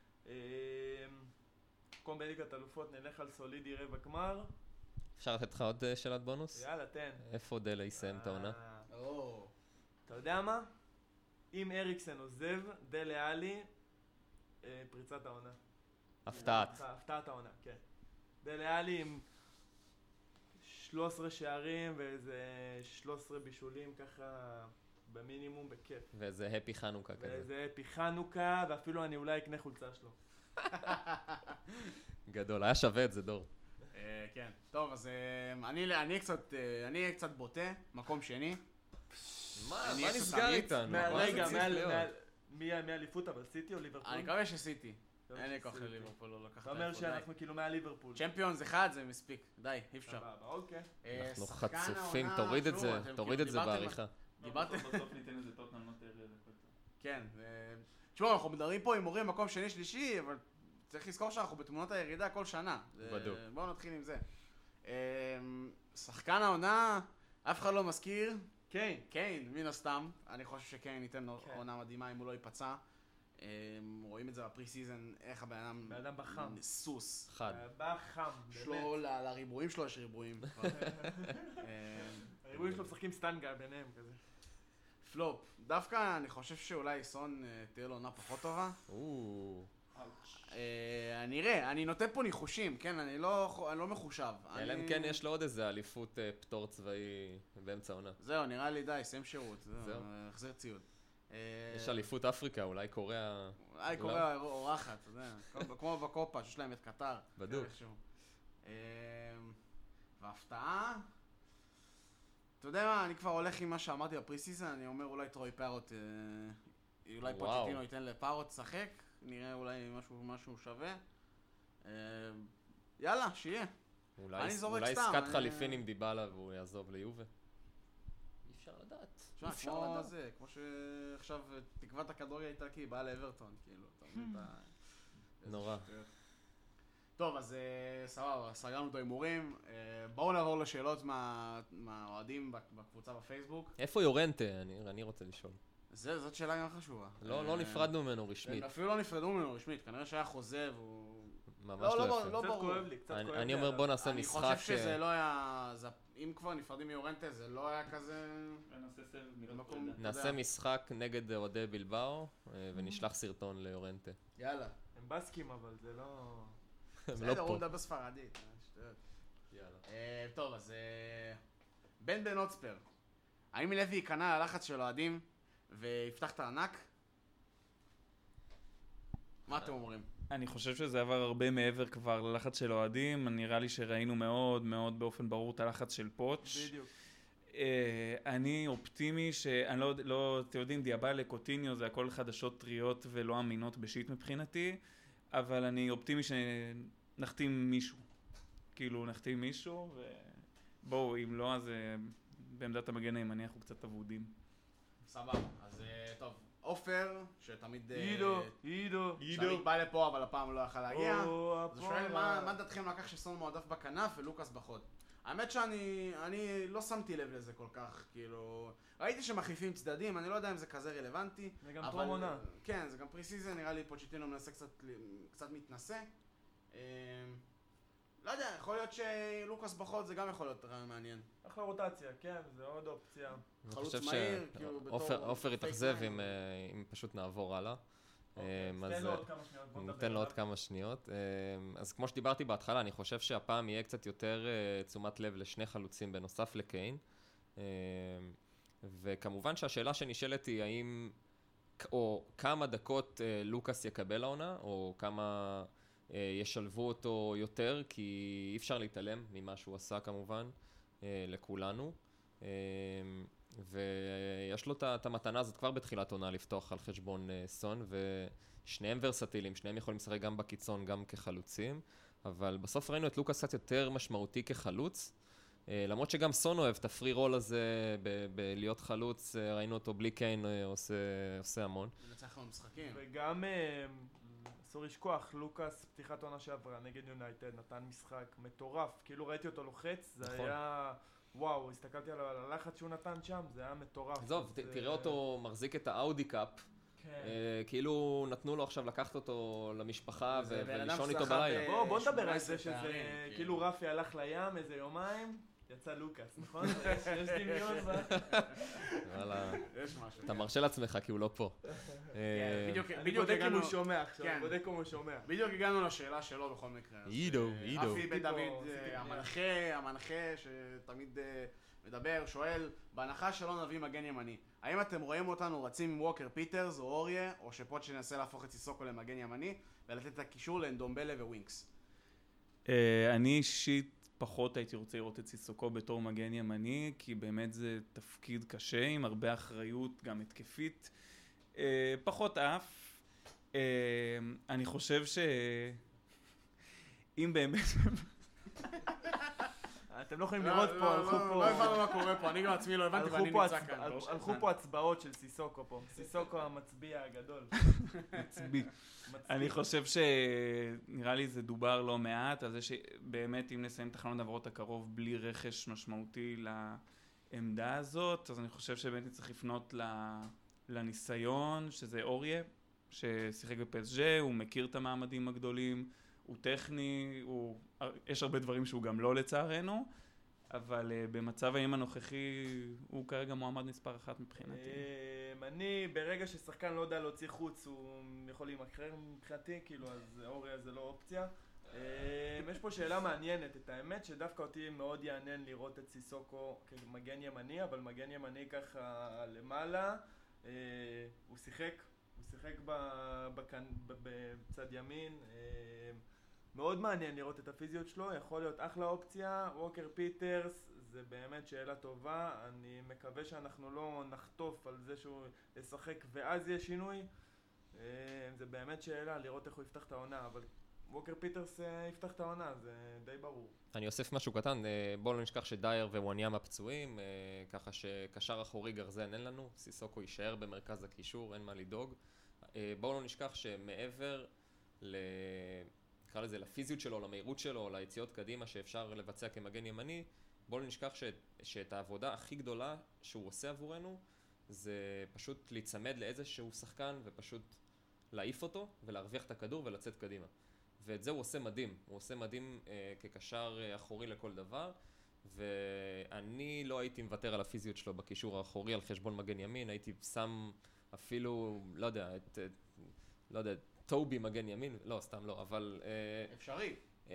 מקום בליגת אלופות, נלך על סולידי רבע גמר. אפשר לתת לך עוד שאלת בונוס? יאללה, תן. איפה דלה יסיים את העונה? אתה יודע מה? אם אריקסן עוזב, דלה עלי, פריצת העונה. הפתעת. הפתעת העונה, כן. דלה עלי עם שלושה עשר שערים ואיזה שלושה עשר בישולים ככה במינימום, בכיף. ואיזה הפי חנוכה כזה. ואיזה הפי חנוכה, ואפילו אני אולי אקנה חולצה שלו. גדול, היה שווה את זה, דור. כן. טוב, אז אני קצת בוטה, מקום שני. מה? מה נסגר איתנו? רגע, מי האליפות, אבל סיטי או ליברפול? אני מקווה שסיטי. אין לי כוח לליברפול, לא לקחת. אתה אומר שאנחנו כאילו מהליברפול. צ'מפיונס אחד זה מספיק, די, אי אפשר. אוקיי. אנחנו חצופים, תוריד את זה, תוריד את זה בעריכה. דיברתם? בסוף ניתן איזה טוטנהאם נוטר לכל טוב. כן, תשמעו, אנחנו מדברים פה עם מורים מקום שני שלישי, אבל צריך לזכור שאנחנו בתמונות הירידה כל שנה. בדיוק. בואו נתחיל עם זה. שחקן העונה, אף אחד לא מזכיר. קיין. קיין, מן הסתם. אני חושב שקיין ייתן עונה מדהימה אם הוא לא ייפצע. רואים את זה בפרי סיזן, איך הבן אדם... בן אדם בחם. סוס. חד. בחם, שלו, לריבועים שלו יש ריבועים. הריבועים שלו משחקים סטנגה ביניהם כזה. פלופ. דווקא אני חושב שאולי סון תהיה לו עונה פחות טובה. נראה, אני נוטה פה ניחושים, כן? אני לא מחושב. אלא אם כן יש לו עוד איזה אליפות פטור צבאי באמצע עונה. זהו, נראה לי די, סיים שירות. זהו, החזר ציוד. יש אליפות אפריקה, אולי קוריאה... אולי קוריאה אורחת, אתה יודע. כמו בקופה, שיש להם את קטר. בדיוק. והפתעה... אתה יודע מה, אני כבר הולך עם מה שאמרתי בפרי סיזן, אני אומר אולי טרוי פארוט... אולי פוצ'טינו ייתן לפארוט לשחק. נראה אולי משהו שווה. יאללה, שיהיה. אולי עסקת חליפין עם דיבלה והוא יעזוב ליובה. אי אפשר לדעת. כמו זה, כמו שעכשיו תקוות הכדורגל האיטלקי באה לאברטון, כאילו, אתה מבין את ה... נורא. טוב, אז סבבה, סגרנו את ההימורים. בואו נעבור לשאלות מהאוהדים בקבוצה בפייסבוק. איפה יורנטה? אני רוצה לשאול. זאת שאלה גם חשובה. לא, לא נפרדנו ממנו רשמית. אפילו לא נפרדו ממנו רשמית, כנראה שהיה חוזה והוא... ממש לא יפה. קצת כואב לי, קצת כואב לי. אני אומר בוא נעשה משחק... אני חושב שזה לא היה... אם כבר נפרדים מיורנטה זה לא היה כזה... נעשה משחק נגד אוהדי בלבאו ונשלח סרטון ליורנטה. יאללה. הם בסקים אבל זה לא... בסדר, הוא מדבר בספרדית. יאללה. טוב, אז... בן בן אוצפר. האם לוי ייכנע ללחץ של אוהדים ויפתח את הענק? מה אתם אומרים? אני חושב שזה עבר הרבה מעבר כבר ללחץ של אוהדים. נראה לי שראינו מאוד מאוד באופן ברור את הלחץ של פוץ'. בדיוק. אני אופטימי שאני לא, לא, אתם יודעים, דיאבלה, קוטיניו, זה הכל חדשות טריות ולא אמינות בשיט מבחינתי, אבל אני אופטימי שנחתים מישהו. כאילו נחתים מישהו, ובואו, אם לא, אז בעמדת המגן הימני אנחנו קצת אבודים. סבבה, אז טוב. אופר, שתמיד... עידו, עידו. שתמיד בא לפה, אבל הפעם לא יכל להגיע. אז הוא שואל, מה דעתכם לקח שסון מועדף בכנף ולוקאס בחוד? האמת שאני לא שמתי לב לזה כל כך, כאילו... ראיתי שמחליפים צדדים, אני לא יודע אם זה כזה רלוונטי. זה גם טרום עונה. כן, זה גם פרי-סיזן, נראה לי פוצ'טינו מנסה קצת מתנסה. לא יודע, יכול להיות שלוקאס בחוד זה גם יכול להיות רעיון מעניין. אחלה רוטציה, כן, זה עוד אופציה. אני חושב שאופר יתאכזב אם פשוט נעבור הלאה. ניתן לו עוד כמה שניות, בוא נדבר. ניתן לו עוד כמה שניות. אז כמו שדיברתי בהתחלה, אני חושב שהפעם יהיה קצת יותר תשומת לב לשני חלוצים בנוסף לקיין. וכמובן שהשאלה שנשאלת היא האם, או כמה דקות לוקאס יקבל העונה, או כמה ישלבו אותו יותר, כי אי אפשר להתעלם ממה שהוא עשה כמובן, לכולנו. ויש לו את המתנה הזאת כבר בתחילת עונה לפתוח על חשבון סון, ושניהם ורסטיליים, שניהם יכולים לשחק גם בקיצון, גם כחלוצים, אבל בסוף ראינו את לוקאס קצת יותר משמעותי כחלוץ, למרות שגם סון אוהב את הפרי רול הזה בלהיות חלוץ, ראינו אותו בלי קיין עושה המון. לנצח לנו משחקים. וגם, אסור לשכוח, לוקאס פתיחת עונה שעברה נגד יונייטד, נתן משחק מטורף, כאילו ראיתי אותו לוחץ, זה היה... וואו, הסתכלתי על הלחץ שהוא נתן שם, זה היה מטורף. עזוב, תראה אותו מחזיק את האאודי קאפ, כאילו נתנו לו עכשיו לקחת אותו למשפחה ולישון איתו בלילה. בוא נדבר על זה שזה, כאילו רפי הלך לים איזה יומיים, יצא לוקאס, נכון? יש דמיון ב... וואלה, יש משהו. אתה מרשה לעצמך כי הוא לא פה. אני בודק אם הוא שומע עכשיו, בודק אם הוא שומע. בדיוק הגענו לשאלה שלו בכל מקרה. עידו, עידו. רפי בן דוד, המנחה, המנחה שתמיד מדבר, שואל, בהנחה שלא נביא מגן ימני, האם אתם רואים אותנו רצים עם ווקר פיטרס או אוריה, או שפוט שננסה להפוך את סיסוקו למגן ימני, ולתת את הקישור לאנדומבלה ווינקס? אני אישית פחות הייתי רוצה לראות את סיסוקו בתור מגן ימני, כי באמת זה תפקיד קשה, עם הרבה אחריות, גם התקפית. פחות אף. אני חושב ש... אם באמת... אתם לא יכולים לראות פה, הלכו פה... לא הבנו מה קורה פה, אני גם עצמי לא הבנתי ואני נמצא כאן. הלכו פה הצבעות של סיסוקו פה. סיסוקו המצביע הגדול. מצביע. אני חושב שנראה לי זה דובר לא מעט, על זה שבאמת אם נסיים את החלון העברות הקרוב בלי רכש משמעותי לעמדה הזאת, אז אני חושב שבאמת צריך לפנות לניסיון, שזה אוריה, ששיחק בפ אס ג'י, הוא מכיר את המעמדים הגדולים, הוא טכני, הוא... יש הרבה דברים שהוא גם לא לצערנו, אבל uh, במצב האם הנוכחי הוא כרגע מועמד מספר אחת מבחינתי. Um, אני ברגע ששחקן לא יודע להוציא חוץ, הוא יכול להימכר מבחינתי, כאילו, אז אוריה זה לא אופציה. Um, יש פה שאלה מעניינת, את האמת שדווקא אותי מאוד יעניין לראות את סיסוקו כמגן ימני, אבל מגן ימני ככה למעלה, uh, הוא שיחק, הוא שיחק בקן, בצד ימין, uh, מאוד מעניין לראות את הפיזיות שלו, יכול להיות אחלה אופציה. ווקר פיטרס זה באמת שאלה טובה, אני מקווה שאנחנו לא נחטוף על זה שהוא ישחק ואז יהיה שינוי. זה באמת שאלה לראות איך הוא יפתח את העונה, אבל ווקר פיטרס יפתח את העונה, זה די ברור. אני אוסיף משהו קטן, בואו לא נשכח שדייר ווואניאמה פצועים, ככה שקשר אחורי גרזן אין לנו, סיסוקו יישאר במרכז הקישור, אין מה לדאוג. בואו לא נשכח שמעבר ל... נקרא לזה, לפיזיות שלו, למהירות שלו, ליציאות קדימה שאפשר לבצע כמגן ימני, בואו לא נשכח ש... שאת העבודה הכי גדולה שהוא עושה עבורנו, זה פשוט להיצמד לאיזשהו שחקן ופשוט להעיף אותו ולהרוויח את הכדור ולצאת קדימה. ואת זה הוא עושה מדהים, הוא עושה מדהים אה, כקשר אחורי לכל דבר, ואני לא הייתי מוותר על הפיזיות שלו בקישור האחורי על חשבון מגן ימין, הייתי שם אפילו, לא יודע, את, את לא יודע, טובי מגן ימין, לא, סתם לא, אבל... אפשרי.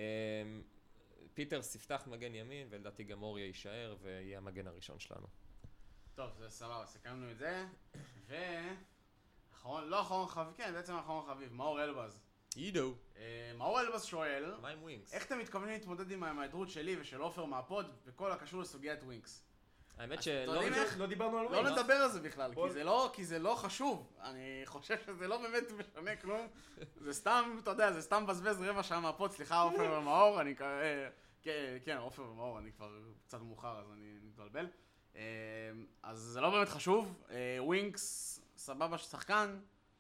פיטרס יפתח מגן ימין, ולדעתי גם אוריה יישאר, ויהיה המגן הראשון שלנו. טוב, זה סבבה, סיכמנו את זה, ו... אחרון, לא אחרון חביב, כן, בעצם אחרון חביב, מאור אלבז. עידו. מאור אלבז שואל, מה עם ווינקס? איך אתם מתכוונים להתמודד עם ההיעדרות שלי ושל עופר מהפוד, בכל הקשור לסוגיית ווינקס? האמת שלא לא דיברנו על ווינקס. לא נדבר על זה בכלל, כי זה לא, כי זה לא חשוב. אני חושב שזה לא באמת משנה כלום. זה סתם, אתה יודע, זה סתם בזבז רבע שעה מהפוד, סליחה עופר ומאור, אני כן, עופר ומאור, אני כבר קצת מאוחר, אז אני מתבלבל. אז זה לא באמת חשוב. ווינקס, סבבה ששחקן.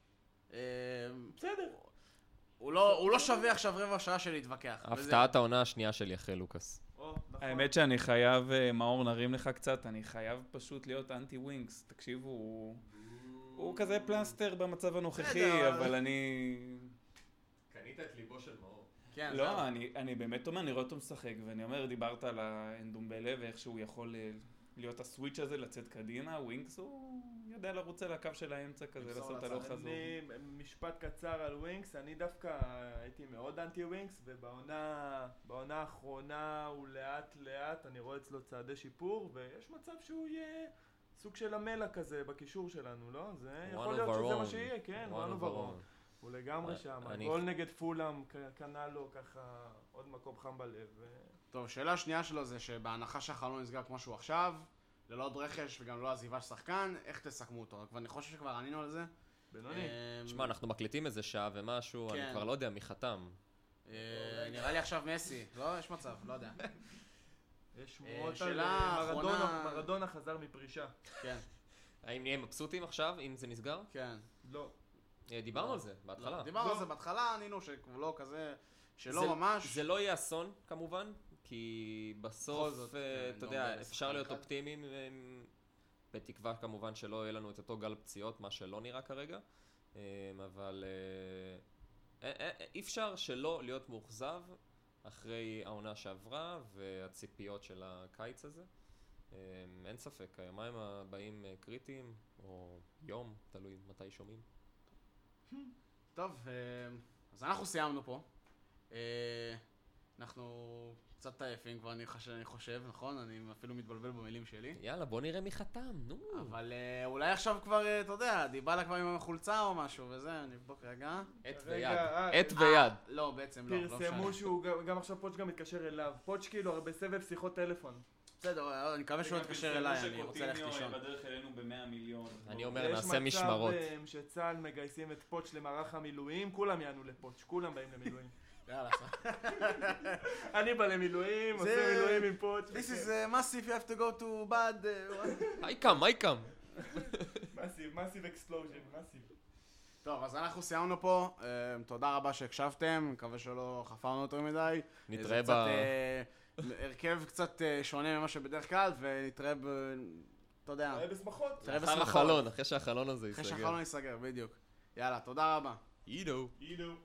בסדר. הוא לא שווה עכשיו רבע שעה של להתווכח. הפתעת העונה השנייה שלי אחרי לוקאס. האמת שאני חייב, מאור נרים לך קצת, אני חייב פשוט להיות אנטי ווינקס. תקשיבו, הוא כזה פלסטר במצב הנוכחי, אבל אני... קנית את ליבו של מאור. לא, אני באמת אומר, אני רואה אותו משחק, ואני אומר, דיברת על האנדומבלה ואיך שהוא יכול להיות הסוויץ' הזה, לצאת קדימה, ווינקס הוא יודע לרוץ על הקו של האמצע כזה, לעשות הלוך חזור. אני, משפט קצר על ווינקס, אני דווקא הייתי מאוד אנטי ווינקס, ובעונה בעונה האחרונה הוא לאט לאט, אני רואה אצלו צעדי שיפור, ויש מצב שהוא יהיה סוג של המלע כזה בקישור שלנו, לא? זה יכול להיות שזה מה שיהיה, כן, one over one. הוא לגמרי שם, גול נגד פולאם, קנה לו ככה עוד מקום חם בלב. טוב, שאלה שנייה שלו זה שבהנחה שהחלון נסגר כמו שהוא עכשיו, ללא עוד רכש וגם לא עזיבה של שחקן, איך תסכמו אותו? ואני חושב שכבר ענינו על זה. בינוני. תשמע, אנחנו מקליטים איזה שעה ומשהו, אני כבר לא יודע מי חתם. נראה לי עכשיו מסי, לא? יש מצב, לא יודע. יש שמועות על מרדונה חזר מפרישה. כן. האם נהיה מבסוטים עכשיו, אם זה נסגר? כן. לא. דיברנו על זה, בהתחלה. דיברנו על זה בהתחלה, ענינו שכבר לא כזה, שלא ממש. זה לא יהיה אסון, כמובן, כי בסוף, אתה יודע, אפשר להיות אופטימיים, בתקווה כמובן שלא יהיה לנו את אותו גל פציעות, מה שלא נראה כרגע, אבל אי אפשר שלא להיות מאוכזב אחרי העונה שעברה והציפיות של הקיץ הזה. אין ספק, היומיים הבאים קריטיים, או יום, תלוי מתי שומעים. טוב, אז אנחנו סיימנו פה. אנחנו קצת עייפים כבר, אני חש- אני חושב, נכון? אני אפילו מתבלבל במילים שלי. יאללה, בוא נראה מי חתם, נו. אבל אה, אולי עכשיו כבר, אה, אתה יודע, דיבלה כבר עם החולצה או משהו וזה, נבדוק רגע. עט רגע, ויד. אה, עט ויד. לא, בעצם לא, לא פרסמו משנה. שהוא, גם- גם עכשיו פוץ' גם מתקשר אליו. פוץ' כאילו הרי בסבב שיחות טלפון. בסדר, אני מקווה שהוא יתקשר אליי, אני רוצה ללכת לישון. בדרך אלינו ב-מאה מיליון. אני אומר, נעשה משמרות. יש מצב אה, שצה"ל מגייסים את פוץ' למערך המילואים, כולם יענו לפוץ', כולם באים למילואים. יאללה, אני בא למילואים, עושה זה- מילואים עם פוץ'. This is uh, massive, you have to go to bad. uh, הייקם, הייקם. מסיב, מסיב אקספלוז'ן, מסיב. טוב, אז אנחנו סיימנו פה. אה, תודה רבה שהקשבתם, מקווה שלא חפרנו יותר מדי. נתראה זה ב... קצת, אה, הרכב קצת אה, שונה ממה שבדרך כלל, ונתראה ב... אתה יודע, נראה בשמחות. תראה אחר בשמחות. החלון, אחרי שהחלון הזה אחרי ייסגר. שהחלון ייסגר, בדיוק. יאללה, תודה רבה. אידו. אידו.